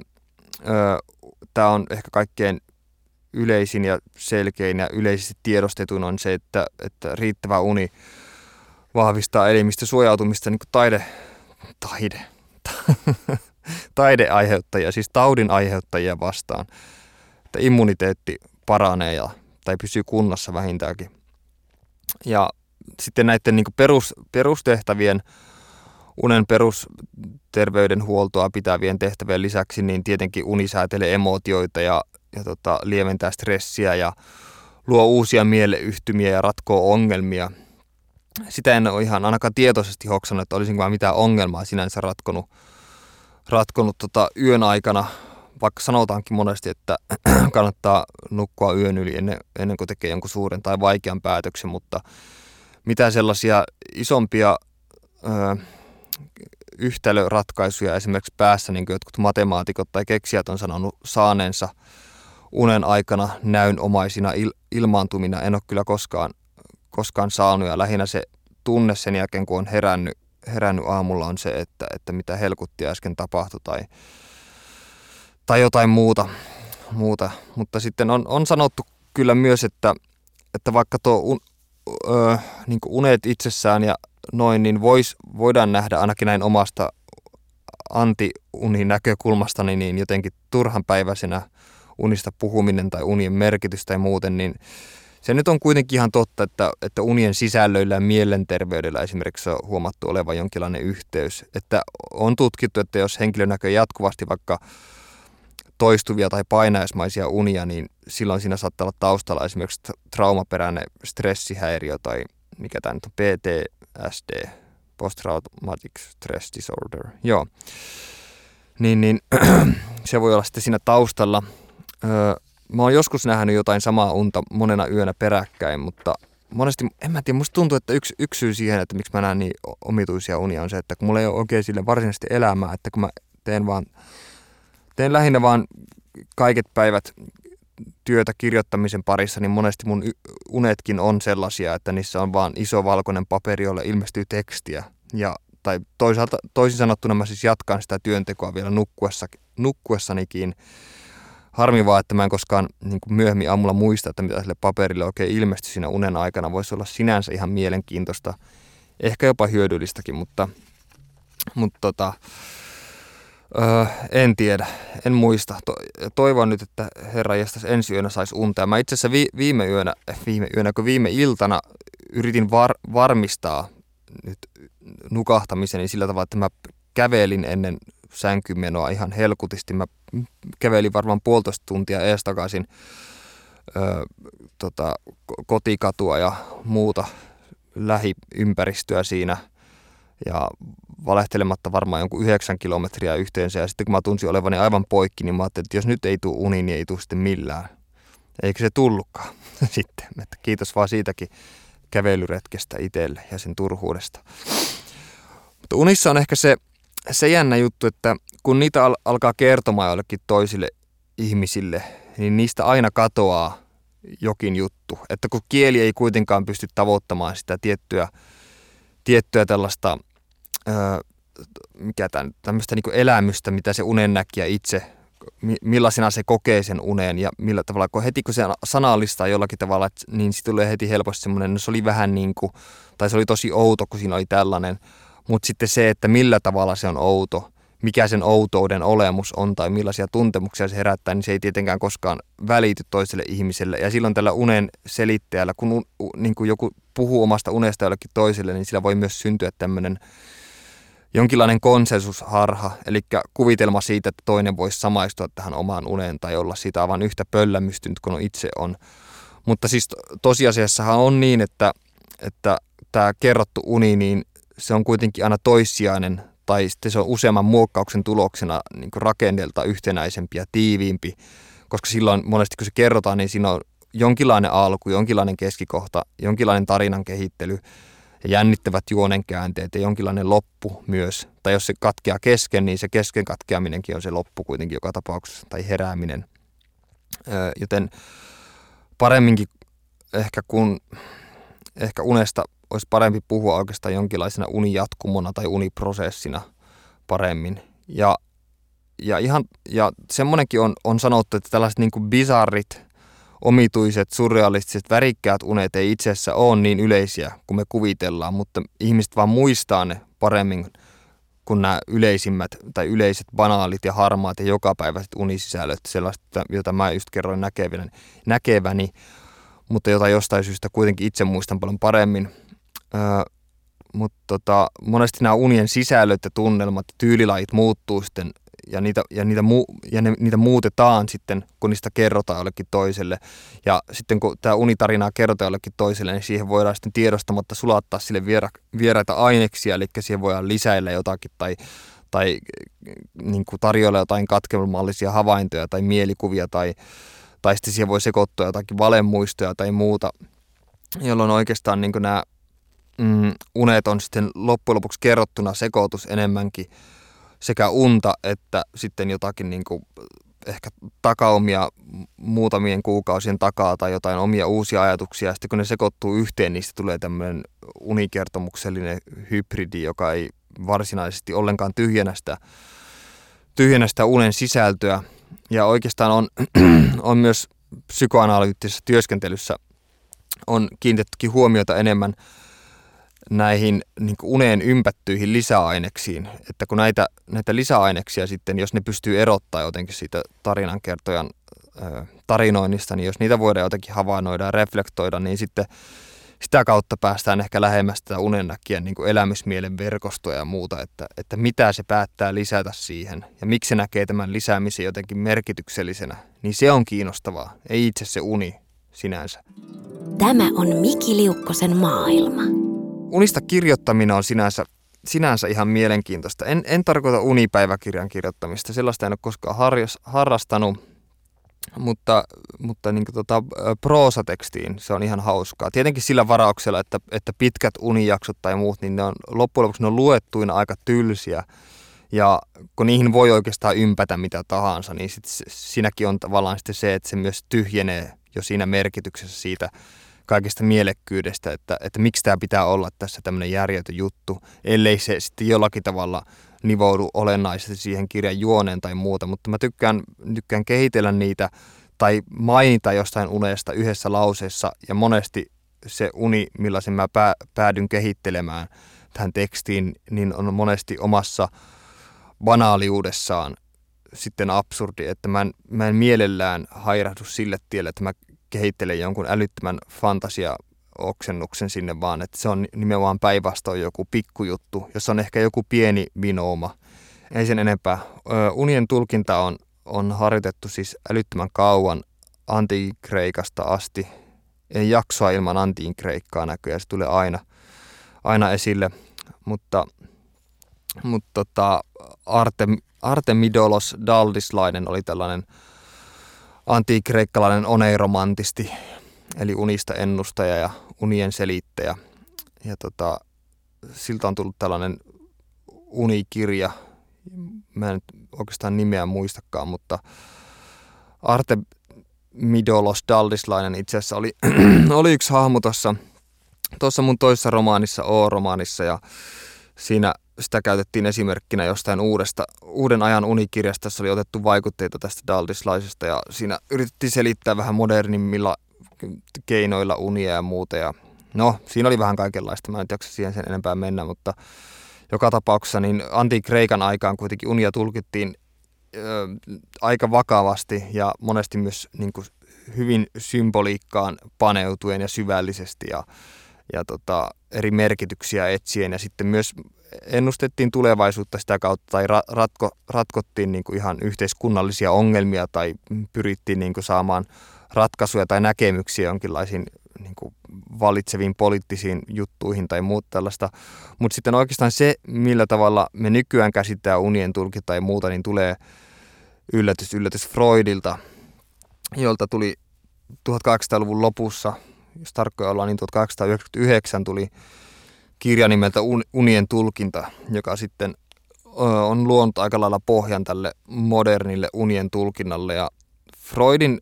tämä on ehkä kaikkein yleisin ja selkein ja yleisesti tiedostetun on se, että, että riittävä uni vahvistaa elimistön suojautumista niin kuin taide, taide, taideaiheuttajia, siis taudin aiheuttajia vastaan. Että immuniteetti paranee ja, tai pysyy kunnossa vähintäänkin. Ja sitten näiden niin kuin perus, perustehtävien, unen perusterveydenhuoltoa pitävien tehtävien lisäksi, niin tietenkin uni säätelee emootioita ja, ja tota, lieventää stressiä ja luo uusia mieleyhtymiä ja ratkoo ongelmia. Sitä en ole ihan ainakaan tietoisesti hoksannut, että olisinko mitään ongelmaa sinänsä ratkonut, ratkonut tota yön aikana, vaikka sanotaankin monesti, että kannattaa nukkua yön yli ennen, ennen kuin tekee jonkun suuren tai vaikean päätöksen, mutta mitään sellaisia isompia ö, yhtälöratkaisuja esimerkiksi päässä, niin kuin jotkut matemaatikot tai keksijät on sanonut saaneensa unen aikana näynomaisina il, ilmaantumina, en ole kyllä koskaan, koskaan saanut, ja lähinnä se tunne sen jälkeen, kun on herännyt, herännyt aamulla, on se, että, että mitä helkuttia äsken tapahtui tai, tai jotain muuta, muuta. Mutta sitten on, on sanottu kyllä myös, että, että vaikka tuo un, ö, niin kuin unet itsessään ja noin, niin vois, voidaan nähdä ainakin näin omasta anti-unin näkökulmastani niin jotenkin turhanpäiväisenä unista puhuminen tai unien merkitys tai muuten, niin se nyt on kuitenkin ihan totta, että, että unien sisällöillä ja mielenterveydellä esimerkiksi on huomattu olevan jonkinlainen yhteys. Että on tutkittu, että jos henkilö näkee jatkuvasti vaikka toistuvia tai painajaismaisia unia, niin silloin siinä saattaa olla taustalla esimerkiksi traumaperäinen stressihäiriö tai mikä tämä nyt on, P T S D, Post-Traumatic Stress Disorder. Joo. Niin, niin se voi olla sitten siinä taustalla. Öö, mä oon joskus nähnyt jotain samaa unta monena yönä peräkkäin, mutta monesti, en mä tiedä, musta tuntuu, että yksi, yksi syy siihen, että miksi mä näen niin omituisia unia on se, että kun mulla ei ole oikein sille varsinaisesti elämää, että kun mä teen vaan, teen lähinnä vaan kaiket päivät työtä kirjoittamisen parissa, niin monesti mun unetkin on sellaisia, että niissä on vaan iso valkoinen paperi, jolle ilmestyy tekstiä. Ja, tai toisaalta, toisin sanottuna mä siis jatkan sitä työntekoa vielä nukkuessa, nukkuessanikin. Harmi vaan, että mä en koskaan niin kuin myöhemmin aamulla muista, että mitä sille paperille oikein ilmestyi siinä unen aikana. Voisi olla sinänsä ihan mielenkiintoista, ehkä jopa hyödyllistäkin, mutta, mutta tota, öö, en tiedä, en muista. To, toivon nyt, että herra jästäs ensi yönä saisi unta. Ja mä itse asiassa vi, viime yönä, viime yönä, kun viime iltana yritin var, varmistaa nyt nukahtamiseni sillä tavalla, että mä kävelin ennen sänkymenoa ihan helkutisti. Mä kävelin varmaan puolitoista tuntia ees takaisin ö, tota, kotikatua ja muuta lähiympäristöä siinä. Ja valehtelematta varmaan jonkun yhdeksän kilometriä yhteensä. Ja sitten kun mä tunsin olevani aivan poikki, niin mä ajattelin, että jos nyt ei tule uni, niin ei tule sitten millään. Eikä se tullutkaan sitten. Että kiitos vaan siitäkin kävelyretkestä itselle ja sen turhuudesta. Mutta unissa on ehkä se, se jännä juttu, että kun niitä al- alkaa kertomaan jollekin toisille ihmisille, niin niistä aina katoaa jokin juttu. Että kun kieli ei kuitenkaan pysty tavoittamaan sitä tiettyä, tiettyä tällaista öö, mikä tämän, tämmöistä niin kuin elämystä, mitä se unennäkijä itse, millaisena se kokee sen unen ja millä tavalla, kun heti kun se sanallistaa jollakin tavalla, niin se tulee heti helposti semmoinen, no se oli vähän niin kuin, tai se oli tosi outo, kun siinä oli tällainen, mutta sitten se, että millä tavalla se on outo, mikä sen outouden olemus on tai millaisia tuntemuksia se herättää, niin se ei tietenkään koskaan välity toiselle ihmiselle. Ja silloin tällä unen selittäjällä, kun un, niin kuin joku puhuu omasta unesta jollekin toiselle, niin sillä voi myös syntyä tämmöinen jonkinlainen konsensusharha, eli kuvitelma siitä, että toinen voisi samaistua tähän omaan uneen tai olla siitä aivan yhtä pöllämystynyt kuin itse on. Mutta siis tosiasiassahan on niin, että, että tämä kerrottu uni, niin se on kuitenkin aina toissijainen tai sitten se on useamman muokkauksen tuloksena niin kuin rakenteelta yhtenäisempi ja tiiviimpi, koska silloin monesti kun se kerrotaan, niin siinä on jonkinlainen alku, jonkinlainen keskikohta, jonkinlainen tarinan kehittely ja jännittävät juonenkäänteet ja jonkinlainen loppu myös. Tai jos se katkeaa kesken, niin se kesken katkeaminenkin on se loppu kuitenkin joka tapauksessa, tai herääminen. Öö, joten paremminkin ehkä kun ehkä unesta olisi parempi puhua oikeastaan jonkinlaisena unijatkumona tai uniprosessina paremmin. Ja, ja, ihan, ja semmoinenkin on, on sanottu, että tällaiset niin kuin bizarrit, omituiset, surrealistiset, värikkäät unet ei itse asiassa ole niin yleisiä kuin me kuvitellaan, mutta ihmiset vaan muistaa ne paremmin kuin nämä yleisimmät tai yleiset banaalit ja harmaat ja jokapäiväiset unisisällöt, sellaista, jota mä just kerroin näkeväni, näkeväni mutta jota jostain syystä kuitenkin itse muistan paljon paremmin. Öö, mutta tota, monesti nämä unien sisällöt ja tunnelmat ja tyylilajit muuttuu sitten ja niitä, ja, niitä mu, ja ne, niitä muutetaan sitten, kun niistä kerrotaan jollekin toiselle. Ja sitten kun tämä unitarinaa kerrotaan jollekin toiselle, niin siihen voidaan sitten tiedostamatta sulattaa sille viera, vieraita aineksia, eli siihen voidaan lisäillä jotakin tai, tai niin kuin tarjoilla jotain katkelmallisia havaintoja tai mielikuvia tai tai sitten siihen voi sekoittua jotakin valemuistoja tai muuta, jolloin oikeastaan niin kuin nämä mm, unet on sitten loppujen lopuksi kerrottuna sekoitus enemmänkin sekä unta että sitten jotakin niin kuin ehkä takaumia muutamien kuukausien takaa tai jotain omia uusia ajatuksia. Ja sitten kun ne sekoittuu yhteen, niin tulee tämmöinen unikertomuksellinen hybridi, joka ei varsinaisesti ollenkaan tyhjennä sitä, tyhjennä sitä unen sisältöä. Ja oikeastaan on, on myös psykoanalyyttisessä työskentelyssä on kiinnitettykin huomiota enemmän näihin niin kuin uneen ympättyihin lisäaineksiin. Että kun näitä, näitä lisäaineksia sitten, jos ne pystyy erottaa jotenkin siitä tarinankertojan ö, tarinoinnista, niin jos niitä voidaan jotenkin havainnoida ja reflektoida, niin sitten sitä kautta päästään ehkä lähemmäs tätä unennäkijän niin kuin elämysmielen verkostoa ja muuta, että, että mitä se päättää lisätä siihen ja miksi se näkee tämän lisäämisen jotenkin merkityksellisenä, niin se on kiinnostavaa, ei itse se uni sinänsä. Tämä on Miki Liukkosen maailma. Unista kirjoittaminen on sinänsä, sinänsä ihan mielenkiintoista. En, en tarkoita unipäiväkirjan kirjoittamista, sellaista en ole koskaan harjas, harrastanut. Mutta, mutta niin kuin tota, proosatekstiin se on ihan hauskaa. Tietenkin sillä varauksella, että, että pitkät unijaksot tai muut, niin ne on loppujen lopuksi ne on luettuina aika tylsiä. Ja kun niihin voi oikeastaan ympätä mitä tahansa, niin sit siinäkin on tavallaan sitten se, että se myös tyhjenee jo siinä merkityksessä siitä kaikesta mielekkyydestä, että, että miksi tämä pitää olla tässä tämmöinen järjetön juttu, ellei se sitten jollakin tavalla nivoudu olennaisesti siihen kirjan juoneen tai muuta, mutta mä tykkään, tykkään kehitellä niitä tai mainita jostain unesta yhdessä lauseessa ja monesti se uni, millaisen mä pää, päädyn kehittelemään tähän tekstiin, niin on monesti omassa banaaliudessaan sitten absurdi, että mä en, mä en mielellään hairahdu sille tielle, että mä kehittelen jonkun älyttömän fantasia-oksennuksen sinne vaan, että se on nimenomaan päinvastoin joku pikkujuttu, jossa on ehkä joku pieni vinooma. Ei sen enempää. Ö, unien tulkinta on, on harjoitettu siis älyttömän kauan antiinkreikasta asti. Ei jaksoa ilman antiinkreikkaa näköjään, se tulee aina, aina esille, mutta, mutta tota, Artem, Artemidolos Daldislainen oli tällainen antiikkreikkalainen oneiromantisti, eli unista ennustaja ja unien selittäjä. Ja tota, siltä on tullut tällainen unikirja. Mä en oikeastaan nimeä muistakaan, mutta Artemidolos Daldislainen itse asiassa oli, oli yksi hahmo tuossa tuossa mun toisessa romaanissa, O-romaanissa, ja siinä sitä käytettiin esimerkkinä jostain uudesta, uuden ajan unikirjasta, jossa oli otettu vaikutteita tästä Daldislaisesta, ja siinä yritettiin selittää vähän modernimmilla keinoilla unia ja muuta, ja no, siinä oli vähän kaikenlaista, mä en jaksa siihen sen enempää mennä, mutta joka tapauksessa niin antiik-Kreikan aikaan kuitenkin unia tulkittiin ö, aika vakavasti ja monesti myös niin kuin hyvin symboliikkaan paneutuen ja syvällisesti ja, ja tota, eri merkityksiä etsien, ja sitten myös ennustettiin tulevaisuutta sitä kautta tai ra- ratko, ratkottiin niin kuin ihan yhteiskunnallisia ongelmia tai pyrittiin niin kuin saamaan ratkaisuja tai näkemyksiä jonkinlaisiin niin kuin valitseviin poliittisiin juttuihin tai muuta tällaista. Mutta sitten oikeastaan se, millä tavalla me nykyään käsittää unien tulkinta tai muuta, niin tulee yllätys, yllätys Freudilta, jolta tuli tuhatkahdeksansataaluvun lopussa, jos tarkkoja ollaan, niin tuhatkahdeksansataayhdeksänkymmentäyhdeksän tuli kirja nimeltä Unien tulkinta, joka sitten on luonut aika lailla pohjan tälle modernille unien tulkinnalle. Ja Freudin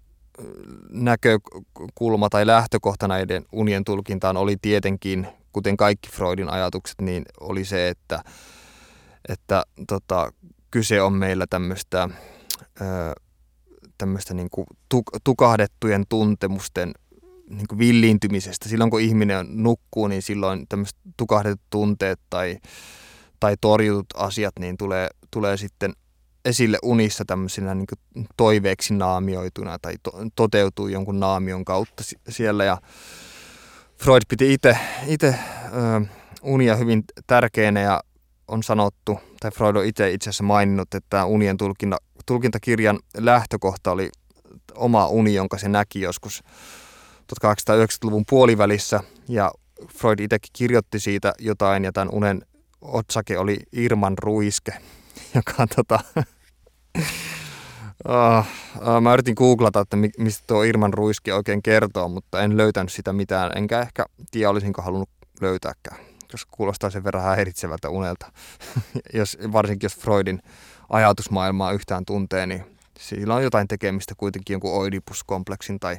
näkökulma tai lähtökohta näiden unien tulkintaan oli tietenkin, kuten kaikki Freudin ajatukset, niin oli se, että, että tota, kyse on meillä tämmöistä, tämmöistä niin kuin tukahdettujen tuntemusten niin kuin villiintymisestä. Silloin kun ihminen nukkuu, niin silloin tämmöiset tukahdetut tunteet tai, tai torjutut asiat niin tulee, tulee sitten esille unissa tämmöisenä niin kuin toiveeksi naamioituna tai to, toteutuu jonkun naamion kautta siellä. Ja Freud piti itse unia hyvin tärkeänä ja on sanottu, tai Freud on itse itse asiassa maininnut, että tämä unien tulkinta, tulkintakirjan lähtökohta oli oma uni, jonka se näki joskus tuhatkahdeksansataayhdeksänkymmentäluvun puolivälissä, ja Freud itsekin kirjoitti siitä jotain, ja tämän unen otsake oli Irman ruiske, joka tota, uh, uh, mä yritin googlata, että mistä tuo Irman ruiske oikein kertoo, mutta en löytänyt sitä mitään, enkä ehkä tiedä, olisinko halunnut löytääkään, koska kuulostaa sen verran häiritsevältä unelta, jos, varsinkin jos Freudin ajatusmaailmaa yhtään tuntee, niin sillä on jotain tekemistä kuitenkin jonkun Oidipuskompleksin tai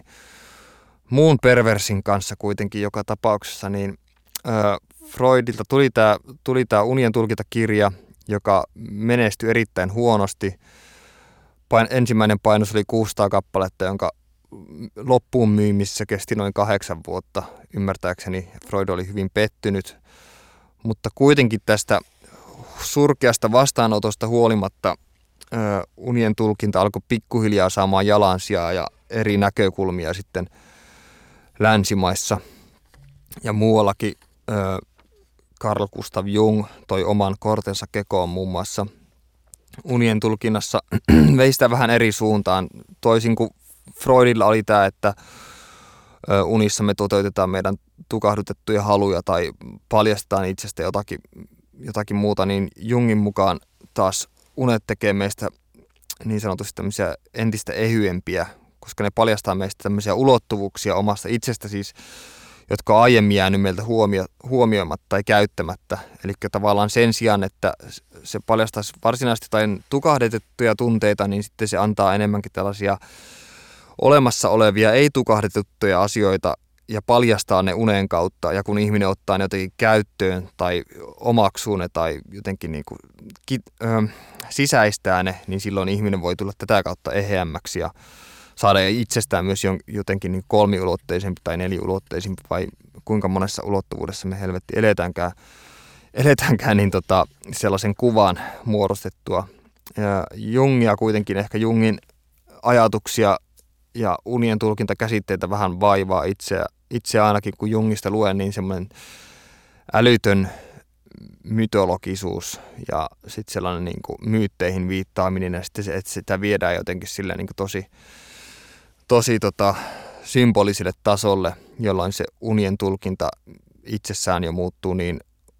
muun perversin kanssa kuitenkin joka tapauksessa, niin äh, Freudilta tuli tämä tuli tää unien tulkintakirja, joka menestyi erittäin huonosti. Pain, ensimmäinen painos oli kuusisataa kappaletta, jonka loppuun myymissä kesti noin kahdeksan vuotta. Ymmärtääkseni Freud oli hyvin pettynyt, mutta kuitenkin tästä surkeasta vastaanotosta huolimatta äh, unien tulkinta alkoi pikkuhiljaa saamaan jalansijaa ja eri näkökulmia sitten länsimaissa ja muuallakin. Ö, Carl Gustav Jung toi oman kortensa kekoon muun muassa unien tulkinnassa, vei sitä vähän eri suuntaan. Toisin kuin Freudilla oli tämä, että ö, unissa me toteutetaan meidän tukahdutettuja haluja tai paljastetaan itsestä jotakin, jotakin muuta, niin Jungin mukaan taas unet tekee meistä niin sanotusti tämmöisiä entistä ehyempiä, koska ne paljastaa meistä tämmöisiä ulottuvuuksia omasta itsestä siis, jotka on aiemmin jäänyt meiltä huomio, huomioimatta tai käyttämättä. Eli tavallaan sen sijaan, että se paljastaisi varsinaisesti jotain tukahdetettuja tunteita, niin sitten se antaa enemmänkin tällaisia olemassa olevia ei-tukahdetettuja asioita ja paljastaa ne unen kautta. Ja kun ihminen ottaa ne jotenkin käyttöön tai omaksuu ne tai jotenkin niin kuin kit, ö, sisäistää ne, niin silloin ihminen voi tulla tätä kautta eheämmäksi ja saada itsestään myös jotenkin niin kolmiulotteisempi tai neliulotteisempi, vai kuinka monessa ulottuvuudessa me helvetti eletäänkään, eletäänkään niin tota, sellaisen kuvan muodostettua. Ja Jungia kuitenkin, ehkä Jungin ajatuksia ja unien tulkintakäsitteitä vähän vaivaa itseä, itse ainakin, kun Jungista luen, niin semmoinen älytön mytologisuus ja sitten sellainen niin kuin myytteihin viittaaminen ja sitten se, että sitä viedään jotenkin sille niin kuin tosi tosi tota, symboliselle tasolle, jolloin se unien tulkinta itsessään jo muuttuu niin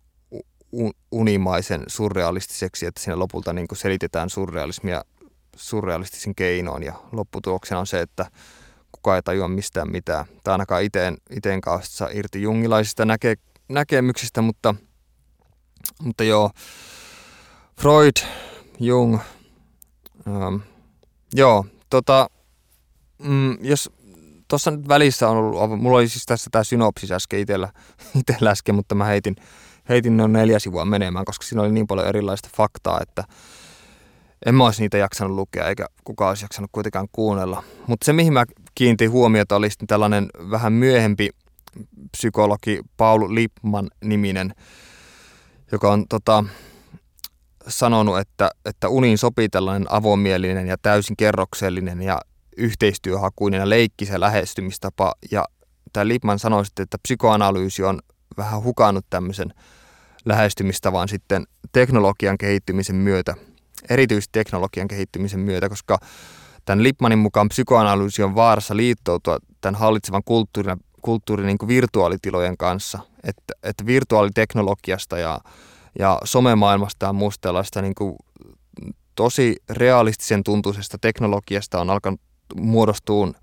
unimaisen surrealistiseksi, että siinä lopulta niin kuin selitetään surrealismia surrealistisin keinoin ja lopputuloksena on se, että kukaan ei tajua mistään mitään. Tai ainakaan iteen, iteen kauheasti saa irti jungilaisista näke, näkemyksistä, mutta, mutta joo, Freud, Jung. Ähm, joo, tota, mm, jos tuossa nyt välissä on ollut, mulla oli siis tässä tämä synopsis äsken itsellä, itsellä äsken, mutta mä heitin, heitin noin neljä sivua menemään, koska siinä oli niin paljon erilaista faktaa, että en mä olisi niitä jaksanut lukea, eikä kukaan olisi jaksanut kuitenkaan kuunnella. Mutta se, mihin mä kiinnitin huomiota, oli sitten tällainen vähän myöhempi psykologi Paul Lippmann-niminen, joka on tota, sanonut, että, että uniin sopii tällainen avomielinen ja täysin kerroksellinen ja yhteistyöhakuinen ja leikkisä lähestymistapa. Ja tämä Lippmann sanoi sitten, että psykoanalyysi on vähän hukannut tämmöisen lähestymistavan sitten teknologian kehittymisen myötä, erityisesti teknologian kehittymisen myötä, koska tämän Lippmannin mukaan psykoanalyysi on vaarassa liittoutua tämän hallitsevan kulttuurin, kulttuurin niin kuin virtuaalitilojen kanssa, että, että virtuaaliteknologiasta ja, ja somemaailmasta ja muusta tällaista niin kuin tosi realistisen tuntuisesta teknologiasta on alkanut muodostua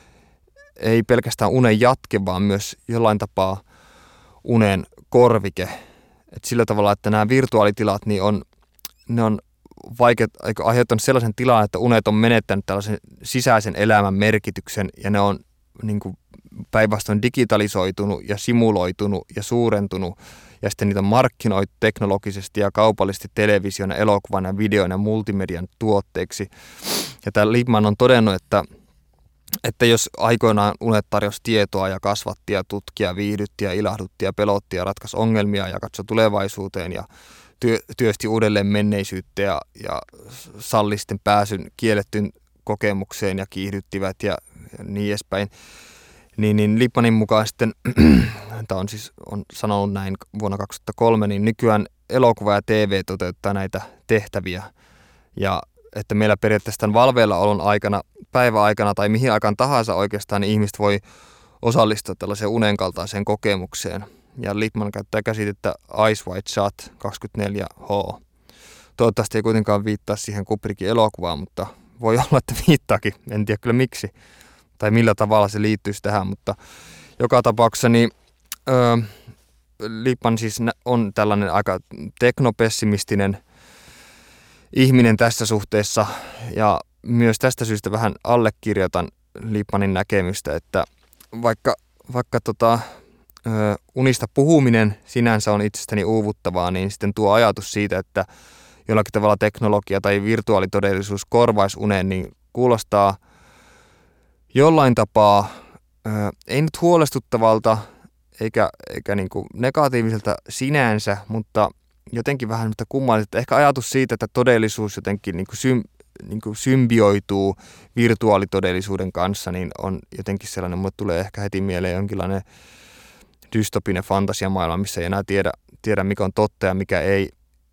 ei pelkästään unen jatke, vaan myös jollain tapaa unen korvike. Et sillä tavalla, että nämä virtuaalitilat niin on, ne on vaikeat, aiheuttanut sellaisen tilan, että unet on menettänyt tällaisen sisäisen elämän merkityksen ja ne on niin kuin päinvastoin digitalisoitunut ja simuloitunut ja suurentunut ja sitten niitä on markkinoitu teknologisesti ja kaupallisesti television, elokuvan ja videon ja multimedian tuotteiksi. Ja tämä Lippmann on todennut, että, että jos aikoinaan unet tarjosi tietoa ja kasvatti ja tutki ja viihdytti ja ilahdutti ja pelotti ja ratkaisi ongelmia ja katsoi tulevaisuuteen ja työ, työsti uudelleen menneisyyttä ja, ja salli sitten pääsyn kiellettyyn kokemukseen ja kiihdyttivät ja, ja niin edespäin, Niin, niin Lippmannin mukaan sitten, tämä on siis on sanonut näin vuonna kaksituhattakolme, niin nykyään elokuva ja T V toteuttaa näitä tehtäviä. Ja että meillä periaatteessa tämän valveilla olon aikana, päiväaikana tai mihin aikaan tahansa oikeastaan, niin ihmiset voi osallistua tällaiseen unen kaltaiseen kokemukseen. Ja Lippmann käyttää käsitettä Eyes Wide Shut kaksikymmentäneljä H. Toivottavasti ei kuitenkaan viittaa siihen Kubrickin elokuvaan, mutta voi olla, että viittaakin. En tiedä kyllä miksi. Tai millä tavalla se liittyisi tähän, mutta joka tapauksessa niin, öö, Lippmann siis on tällainen aika teknopessimistinen ihminen tässä suhteessa ja myös tästä syystä vähän allekirjoitan Lippmannin näkemystä, että vaikka, vaikka tota, öö, unista puhuminen sinänsä on itsestäni uuvuttavaa, niin sitten tuo ajatus siitä, että jollakin tavalla teknologia tai virtuaalitodellisuus korvaisi unen, niin kuulostaa jollain tapaa, ää, ei nyt huolestuttavalta eikä, eikä niin kuin negatiiviselta sinänsä, mutta jotenkin vähän kummalliselta. Ehkä ajatus siitä, että todellisuus jotenkin niin kuin sym, niin kuin symbioituu virtuaalitodellisuuden kanssa, niin on jotenkin sellainen, mulle tulee ehkä heti mieleen jonkinlainen dystopinen fantasiamaailma, missä ei enää tiedä, tiedä mikä on totta ja mikä ei.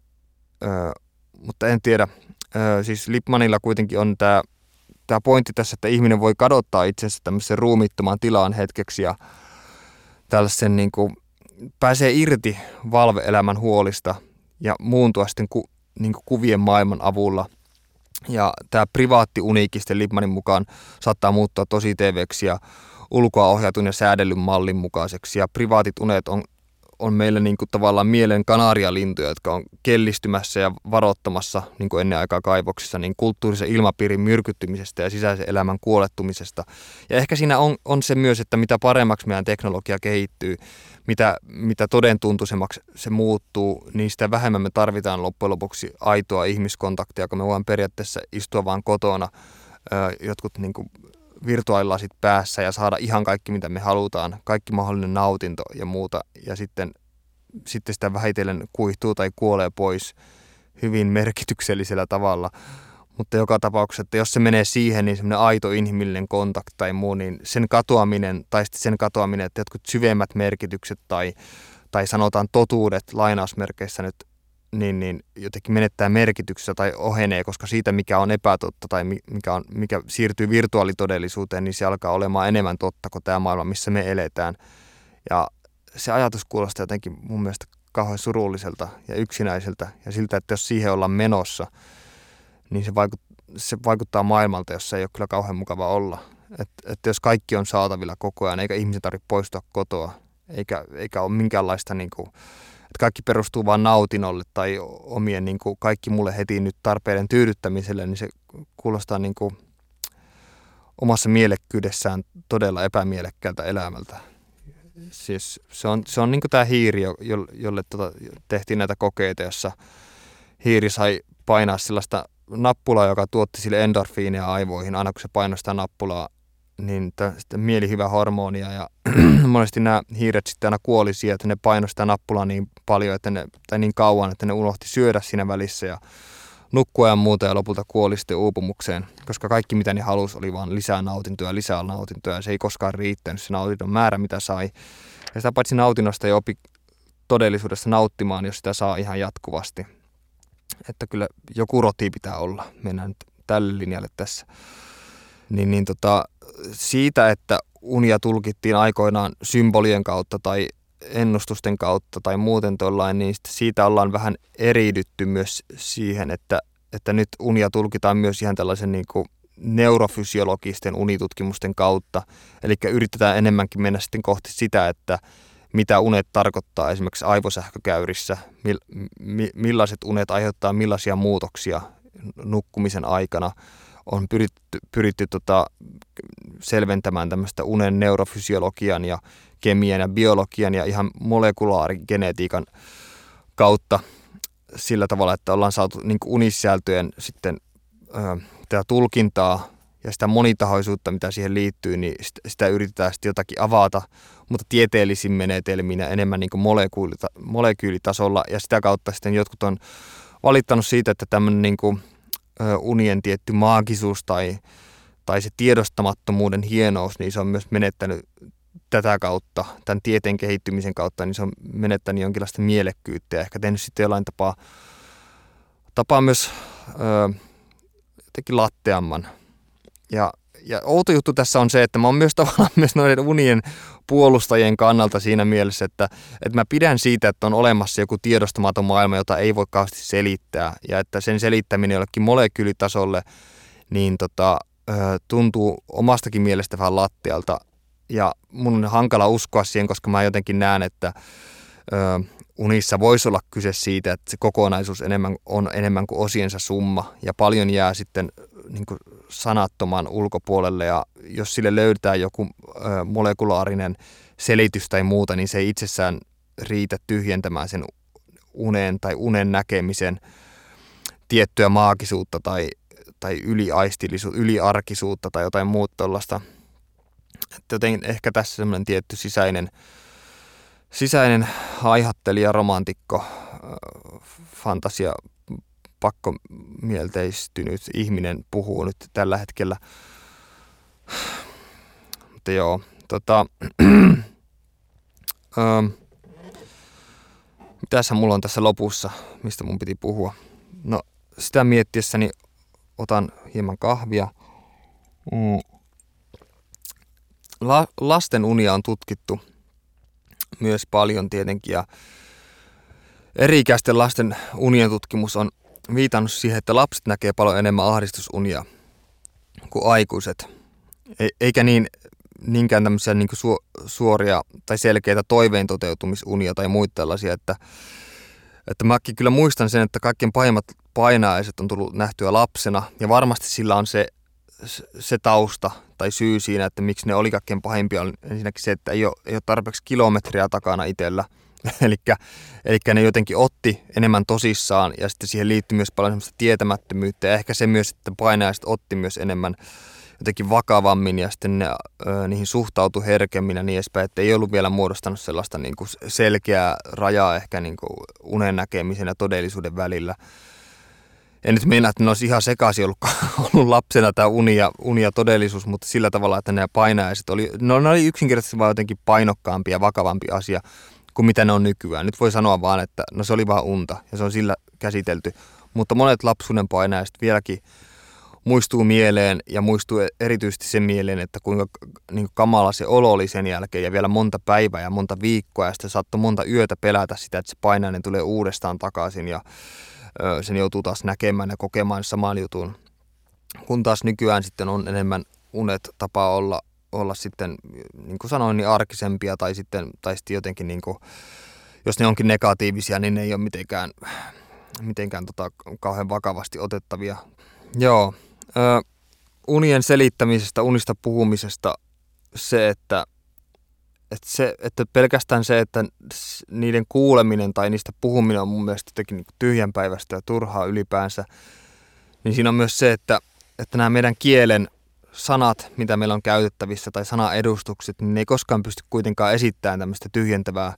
Ää, mutta en tiedä. Ää, siis Lippmannilla kuitenkin on tämä Tämä pointti tässä, että ihminen voi kadottaa itsensä tämmöisen ruumiittomaan tilaan hetkeksi ja tällaisen niin kuin pääsee irti valve-elämän huolista ja muuntua sitten ku, niin kuin kuvien maailman avulla. Ja tämä privaatti uniikki sitten Lippmannin mukaan saattaa muuttua tosi T V:ksi ja ulkoa ohjatun ja säädellyn mallin mukaiseksi. Ja privaatit unet on, on meille niin kuin tavallaan mielen kanarialintuja, jotka on kellistymässä ja varoittamassa niin kuin ennen aikaa kaivoksissa niin kulttuurisen ilmapiirin myrkyttymisestä ja sisäisen elämän kuolettumisesta. Ja ehkä siinä on, on se myös, että mitä paremmaksi meidän teknologia kehittyy, mitä, mitä todentuntuisemmaksi se muuttuu, niin sitä vähemmän me tarvitaan loppujen lopuksi aitoa ihmiskontaktia, kun me voidaan periaatteessa istua vaan kotona jotkut niin kuin virtuaalilasit päässä ja saada ihan kaikki, mitä me halutaan, kaikki mahdollinen nautinto ja muuta, ja sitten, sitten sitä vähitellen kuihtuu tai kuolee pois hyvin merkityksellisellä tavalla. Mutta joka tapauksessa, että jos se menee siihen, niin semmoinen aito inhimillinen kontakti tai muu, niin sen katoaminen, tai sitten sen katoaminen, että jotkut syvemmät merkitykset tai, tai sanotaan totuudet lainausmerkeissä nyt, niin, niin jotenkin menettää merkityksessä tai ohenee, koska siitä, mikä on epätotta tai mikä, on, mikä siirtyy virtuaalitodellisuuteen, niin se alkaa olemaan enemmän totta kuin tämä maailma, missä me eletään. Ja se ajatus kuulostaa jotenkin mun mielestä kauhean surulliselta ja yksinäiseltä ja siltä, että jos siihen ollaan menossa, niin se, vaikut, se vaikuttaa maailmalta, jossa ei ole kyllä kauhean mukava olla. Että et jos kaikki on saatavilla koko ajan, eikä ihmisen tarvitse poistua kotoa, eikä, eikä ole minkäänlaista niin kuin, että kaikki perustuu vaan nautinnolle tai omien niin kuin kaikki mulle heti nyt tarpeiden tyydyttämiselle, niin se kuulostaa niin kuin omassa mielekkyydessään todella epämielekkäältä elämältä. Siis se on, se on niin kuin tämä hiiri, jolle tota, tehtiin näitä kokeita, jossa hiiri sai painaa sellaista nappulaa, joka tuotti sille endorfiinia aivoihin. Aina kun se painoi sitä nappulaa, niin sitten mielihyvä hormonia. Ja monesti nämä hiiret sitten aina kuoli siihen, että ne painoi sitä nappulaa niin paljon, että ne, tai niin kauan, että ne unohti syödä siinä välissä ja nukkua ja muuta ja lopulta kuoli sitten uupumukseen. Koska kaikki mitä ne halusi oli vaan lisää nautintoa, lisää nautintoa ja se ei koskaan riittänyt se nautinnon määrä mitä sai. Ja sitä paitsi nautinnosta ei opi todellisuudessa nauttimaan, jos sitä saa ihan jatkuvasti. Että kyllä joku roti pitää olla. Mennään nyt tälle linjalle tässä. Niin, niin tota, siitä, että unia tulkittiin aikoinaan symbolien kautta tai ennustusten kautta tai muuten tollain, niin siitä ollaan vähän eriydytty myös siihen, että, että nyt unia tulkitaan myös ihan tällaisen niin kuin neurofysiologisten unitutkimusten kautta. Eli yritetään enemmänkin mennä sitten kohti sitä, että mitä unet tarkoittaa esimerkiksi aivosähkökäyrissä, millaiset unet aiheuttaa millaisia muutoksia nukkumisen aikana. On pyritty, pyritty tota, selventämään tämmöistä unen neurofysiologian ja kemian ja biologian ja ihan molekulaarigenetiikan kautta sillä tavalla, että ollaan saatu niin kuin unisisältöjen sitten ö, tätä tulkintaa ja sitä monitahoisuutta, mitä siihen liittyy, niin sitä, sitä yritetään sitten jotakin avata, mutta tieteellisin menetelminä enemmän niin kuin molekyylita, molekyylitasolla ja sitä kautta sitten jotkut on valittanut siitä, että tämmöinen niin kuin unien tietty maagisuus tai, tai se tiedostamattomuuden hienous, niin se on myös menettänyt tätä kautta, tämän tieteen kehittymisen kautta, niin se on menettänyt jonkinlaista mielekkyyttä ja ehkä tehnyt sitten jollain tapaa, tapaa myös ö, jotenkin latteamman. Ja, ja outo juttu tässä on se, että mä oon myös tavallaan myös noiden unien puolustajien kannalta siinä mielessä, että, että mä pidän siitä, että on olemassa joku tiedostamaton maailma, jota ei voi kauheasti selittää ja että sen selittäminen jollekin molekyylitasolle niin tota, tuntuu omastakin mielestä vähän lattialta ja mun on hankala uskoa siihen, koska mä jotenkin näen, että ö, unissa voisi olla kyse siitä, että se kokonaisuus enemmän, on enemmän kuin osiensa summa ja paljon jää sitten niin kuin sanattoman ulkopuolelle ja jos sille löydetään joku ö, molekulaarinen selitys tai muuta, niin se ei itsessään riitä tyhjentämään sen unen tai unen näkemisen tiettyä maagisuutta tai, tai yliaistillisuutta, yliarkisuutta tai jotain muuta tuollaista. Joten ehkä tässä semmoinen tietty sisäinen, sisäinen haihattelija, romantikko, fantasia, pakkomielteistynyt ihminen puhuu nyt tällä hetkellä. Mutta joo, tota, ähm, mitäshän mulla on tässä lopussa, mistä mun piti puhua? No sitä miettiessäni otan hieman kahvia. Mm. La, lasten unia on tutkittu myös paljon tietenkin ja eri-ikäisten lasten unien tutkimus on viitannut siihen, että lapset näkee paljon enemmän ahdistusunia kuin aikuiset. E- eikä niin, niinkään tämmöisiä niin kuin su- suoria tai selkeitä toiveen toteutumisunia tai muita tällaisia, että, että mäkin kyllä muistan sen, että kaikkein pahimmat painajaiset on tullut nähtyä lapsena ja varmasti sillä on se, se tausta tai syy siinä, että miksi ne oli kaikkein pahimpia, on ensinnäkin se, että ei ole, ei ole tarpeeksi kilometriä takana itsellä. Eli ne jotenkin otti enemmän tosissaan ja sitten siihen liittyy myös paljon semmoista tietämättömyyttä ja ehkä se myös, että painajaiset otti myös enemmän jotenkin vakavammin ja sitten ne ö, niihin suhtautui herkemmin ja niin edespäin, että ei ollut vielä muodostanut sellaista niin kuin selkeää rajaa ehkä niin kuin unen näkemisen ja todellisuuden välillä. En nyt meinaa, että ne olisi ihan sekaisin ollut, ollut lapsena tämä uni ja, uni ja todellisuus, mutta sillä tavalla, että nämä painajaiset oli, no, ne oli yksinkertaisesti vaan jotenkin painokkaampi ja vakavampi asia kuin mitä ne on nykyään. Nyt voi sanoa vaan, että no se oli vaan unta ja se on sillä käsitelty, mutta monet lapsuuden painajaiset vieläkin muistuu mieleen ja muistuu erityisesti sen mieleen, että kuinka niin kuin kamala se olo oli sen jälkeen ja vielä monta päivää ja monta viikkoa ja sitten saattoi monta yötä pelätä sitä, että se painainen tulee uudestaan takaisin ja ö, sen joutuu taas näkemään ja kokemaan samaan jutun. Kun taas nykyään sitten on enemmän unet tapaa olla, olla sitten, niin kuin sanoin, niin arkisempia tai sitten, tai sitten jotenkin niin kuin jos ne onkin negatiivisia, niin ne ei ole mitenkään, mitenkään tota, kauhean vakavasti otettavia. Joo, ö, unien selittämisestä, unista puhumisesta se, että, että, se, että pelkästään se, että niiden kuuleminen tai niistä puhuminen on mun mielestä jotenkin niin tyhjänpäiväistä ja turhaa ylipäänsä, niin siinä on myös se, että, että nämä meidän kielen sanat, mitä meillä on käytettävissä, tai sanaedustukset, niin ne ei koskaan pysty kuitenkaan esittämään tämmöistä tyhjentävää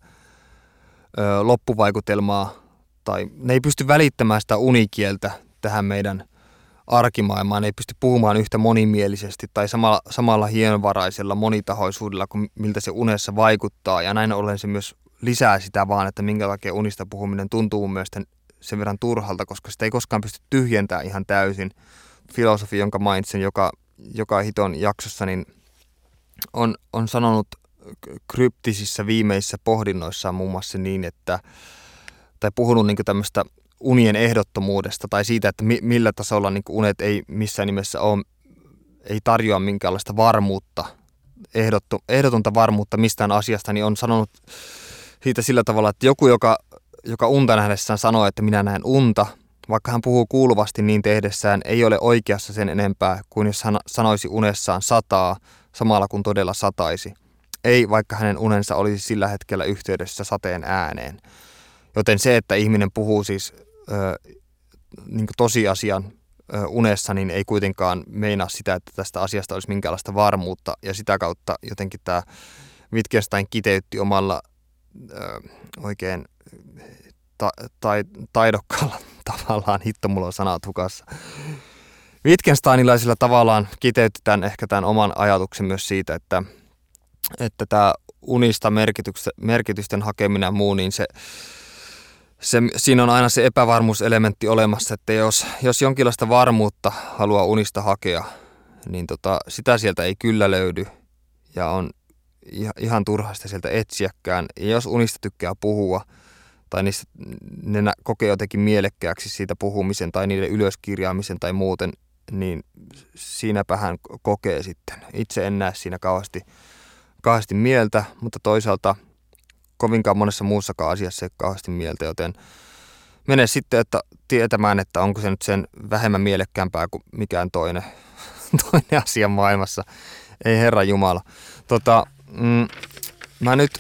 ö, loppuvaikutelmaa, tai ne ei pysty välittämään sitä unikieltä tähän meidän arkimaailmaan, ne ei pysty puhumaan yhtä monimielisesti tai samalla, samalla hienovaraisella monitahoisuudella kuin miltä se unessa vaikuttaa, ja näin ollen se myös lisää sitä vaan, että minkä takia unista puhuminen tuntuu mun mielestä sen verran turhalta, koska sitä ei koskaan pysty tyhjentämään ihan täysin. Filosofi, jonka mainitsin, joka joka hiton jaksossa, niin on, on sanonut kryptisissä viimeisissä pohdinnoissaan muun muassa niin, että, tai puhunut niin kuin tämmöistä unien ehdottomuudesta tai siitä, että mi, millä tasolla niin kuin unet ei missään nimessä ole, ei tarjoa minkäänlaista varmuutta, ehdottu, ehdotonta varmuutta mistään asiasta, niin on sanonut siitä sillä tavalla, että joku, joka, joka unta nähdessään sanoo, että minä näen unta, vaikka hän puhuu kuuluvasti niin tehdessään, ei ole oikeassa sen enempää kuin jos hän sanoisi unessaan sataa samalla kun todella sataisi. Ei, vaikka hänen unensa olisi sillä hetkellä yhteydessä sateen ääneen. Joten se, että ihminen puhuu siis ö, niin kuin tosiasian ö, unessa, niin ei kuitenkaan meinaa sitä, että tästä asiasta olisi minkäänlaista varmuutta. Ja sitä kautta jotenkin tämä Wittgenstein kiteytti omalla ö, oikein ta- tai, taidokkaalla tavallaan, hitto mulla on sanat hukassa. Wittgensteinilaisilla tavallaan kiteytetään ehkä tämän oman ajatuksen myös siitä, että, että tämä unista merkitysten hakeminen ja muu, niin se, se, siinä on aina se epävarmuuselementti olemassa, että jos, jos jonkinlaista varmuutta haluaa unista hakea, niin tota, sitä sieltä ei kyllä löydy ja on ihan turhasta sieltä etsiäkään. Ja jos unista tykkää puhua, tai niistä, ne kokee jotenkin mielekkääksi siitä puhumisen tai niiden ylöskirjaamisen tai muuten, niin siinäpä hän kokee sitten. Itse en näe siinä kauheasti, kauheasti mieltä, mutta toisaalta kovinkaan monessa muussakaan asiassa ei kauheasti mieltä, joten mene sitten että tietämään, että onko se nyt sen vähemmän mielekkäämpää kuin mikään toinen, toinen asia maailmassa. Ei Herra Jumala. Tota, mm, mä nyt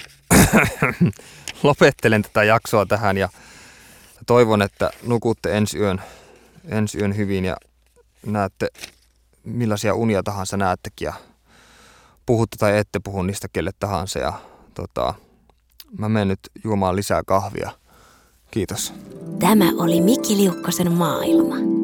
lopettelen tätä jaksoa tähän ja toivon, että nukutte ensi yön, ensi yön hyvin ja näette millaisia unia tahansa näettekin ja puhutte tai ette puhu niistä kelle tahansa. Ja, tota, mä menen nyt juomaan lisää kahvia. Kiitos. Tämä oli Mikki Liukkosen maailma.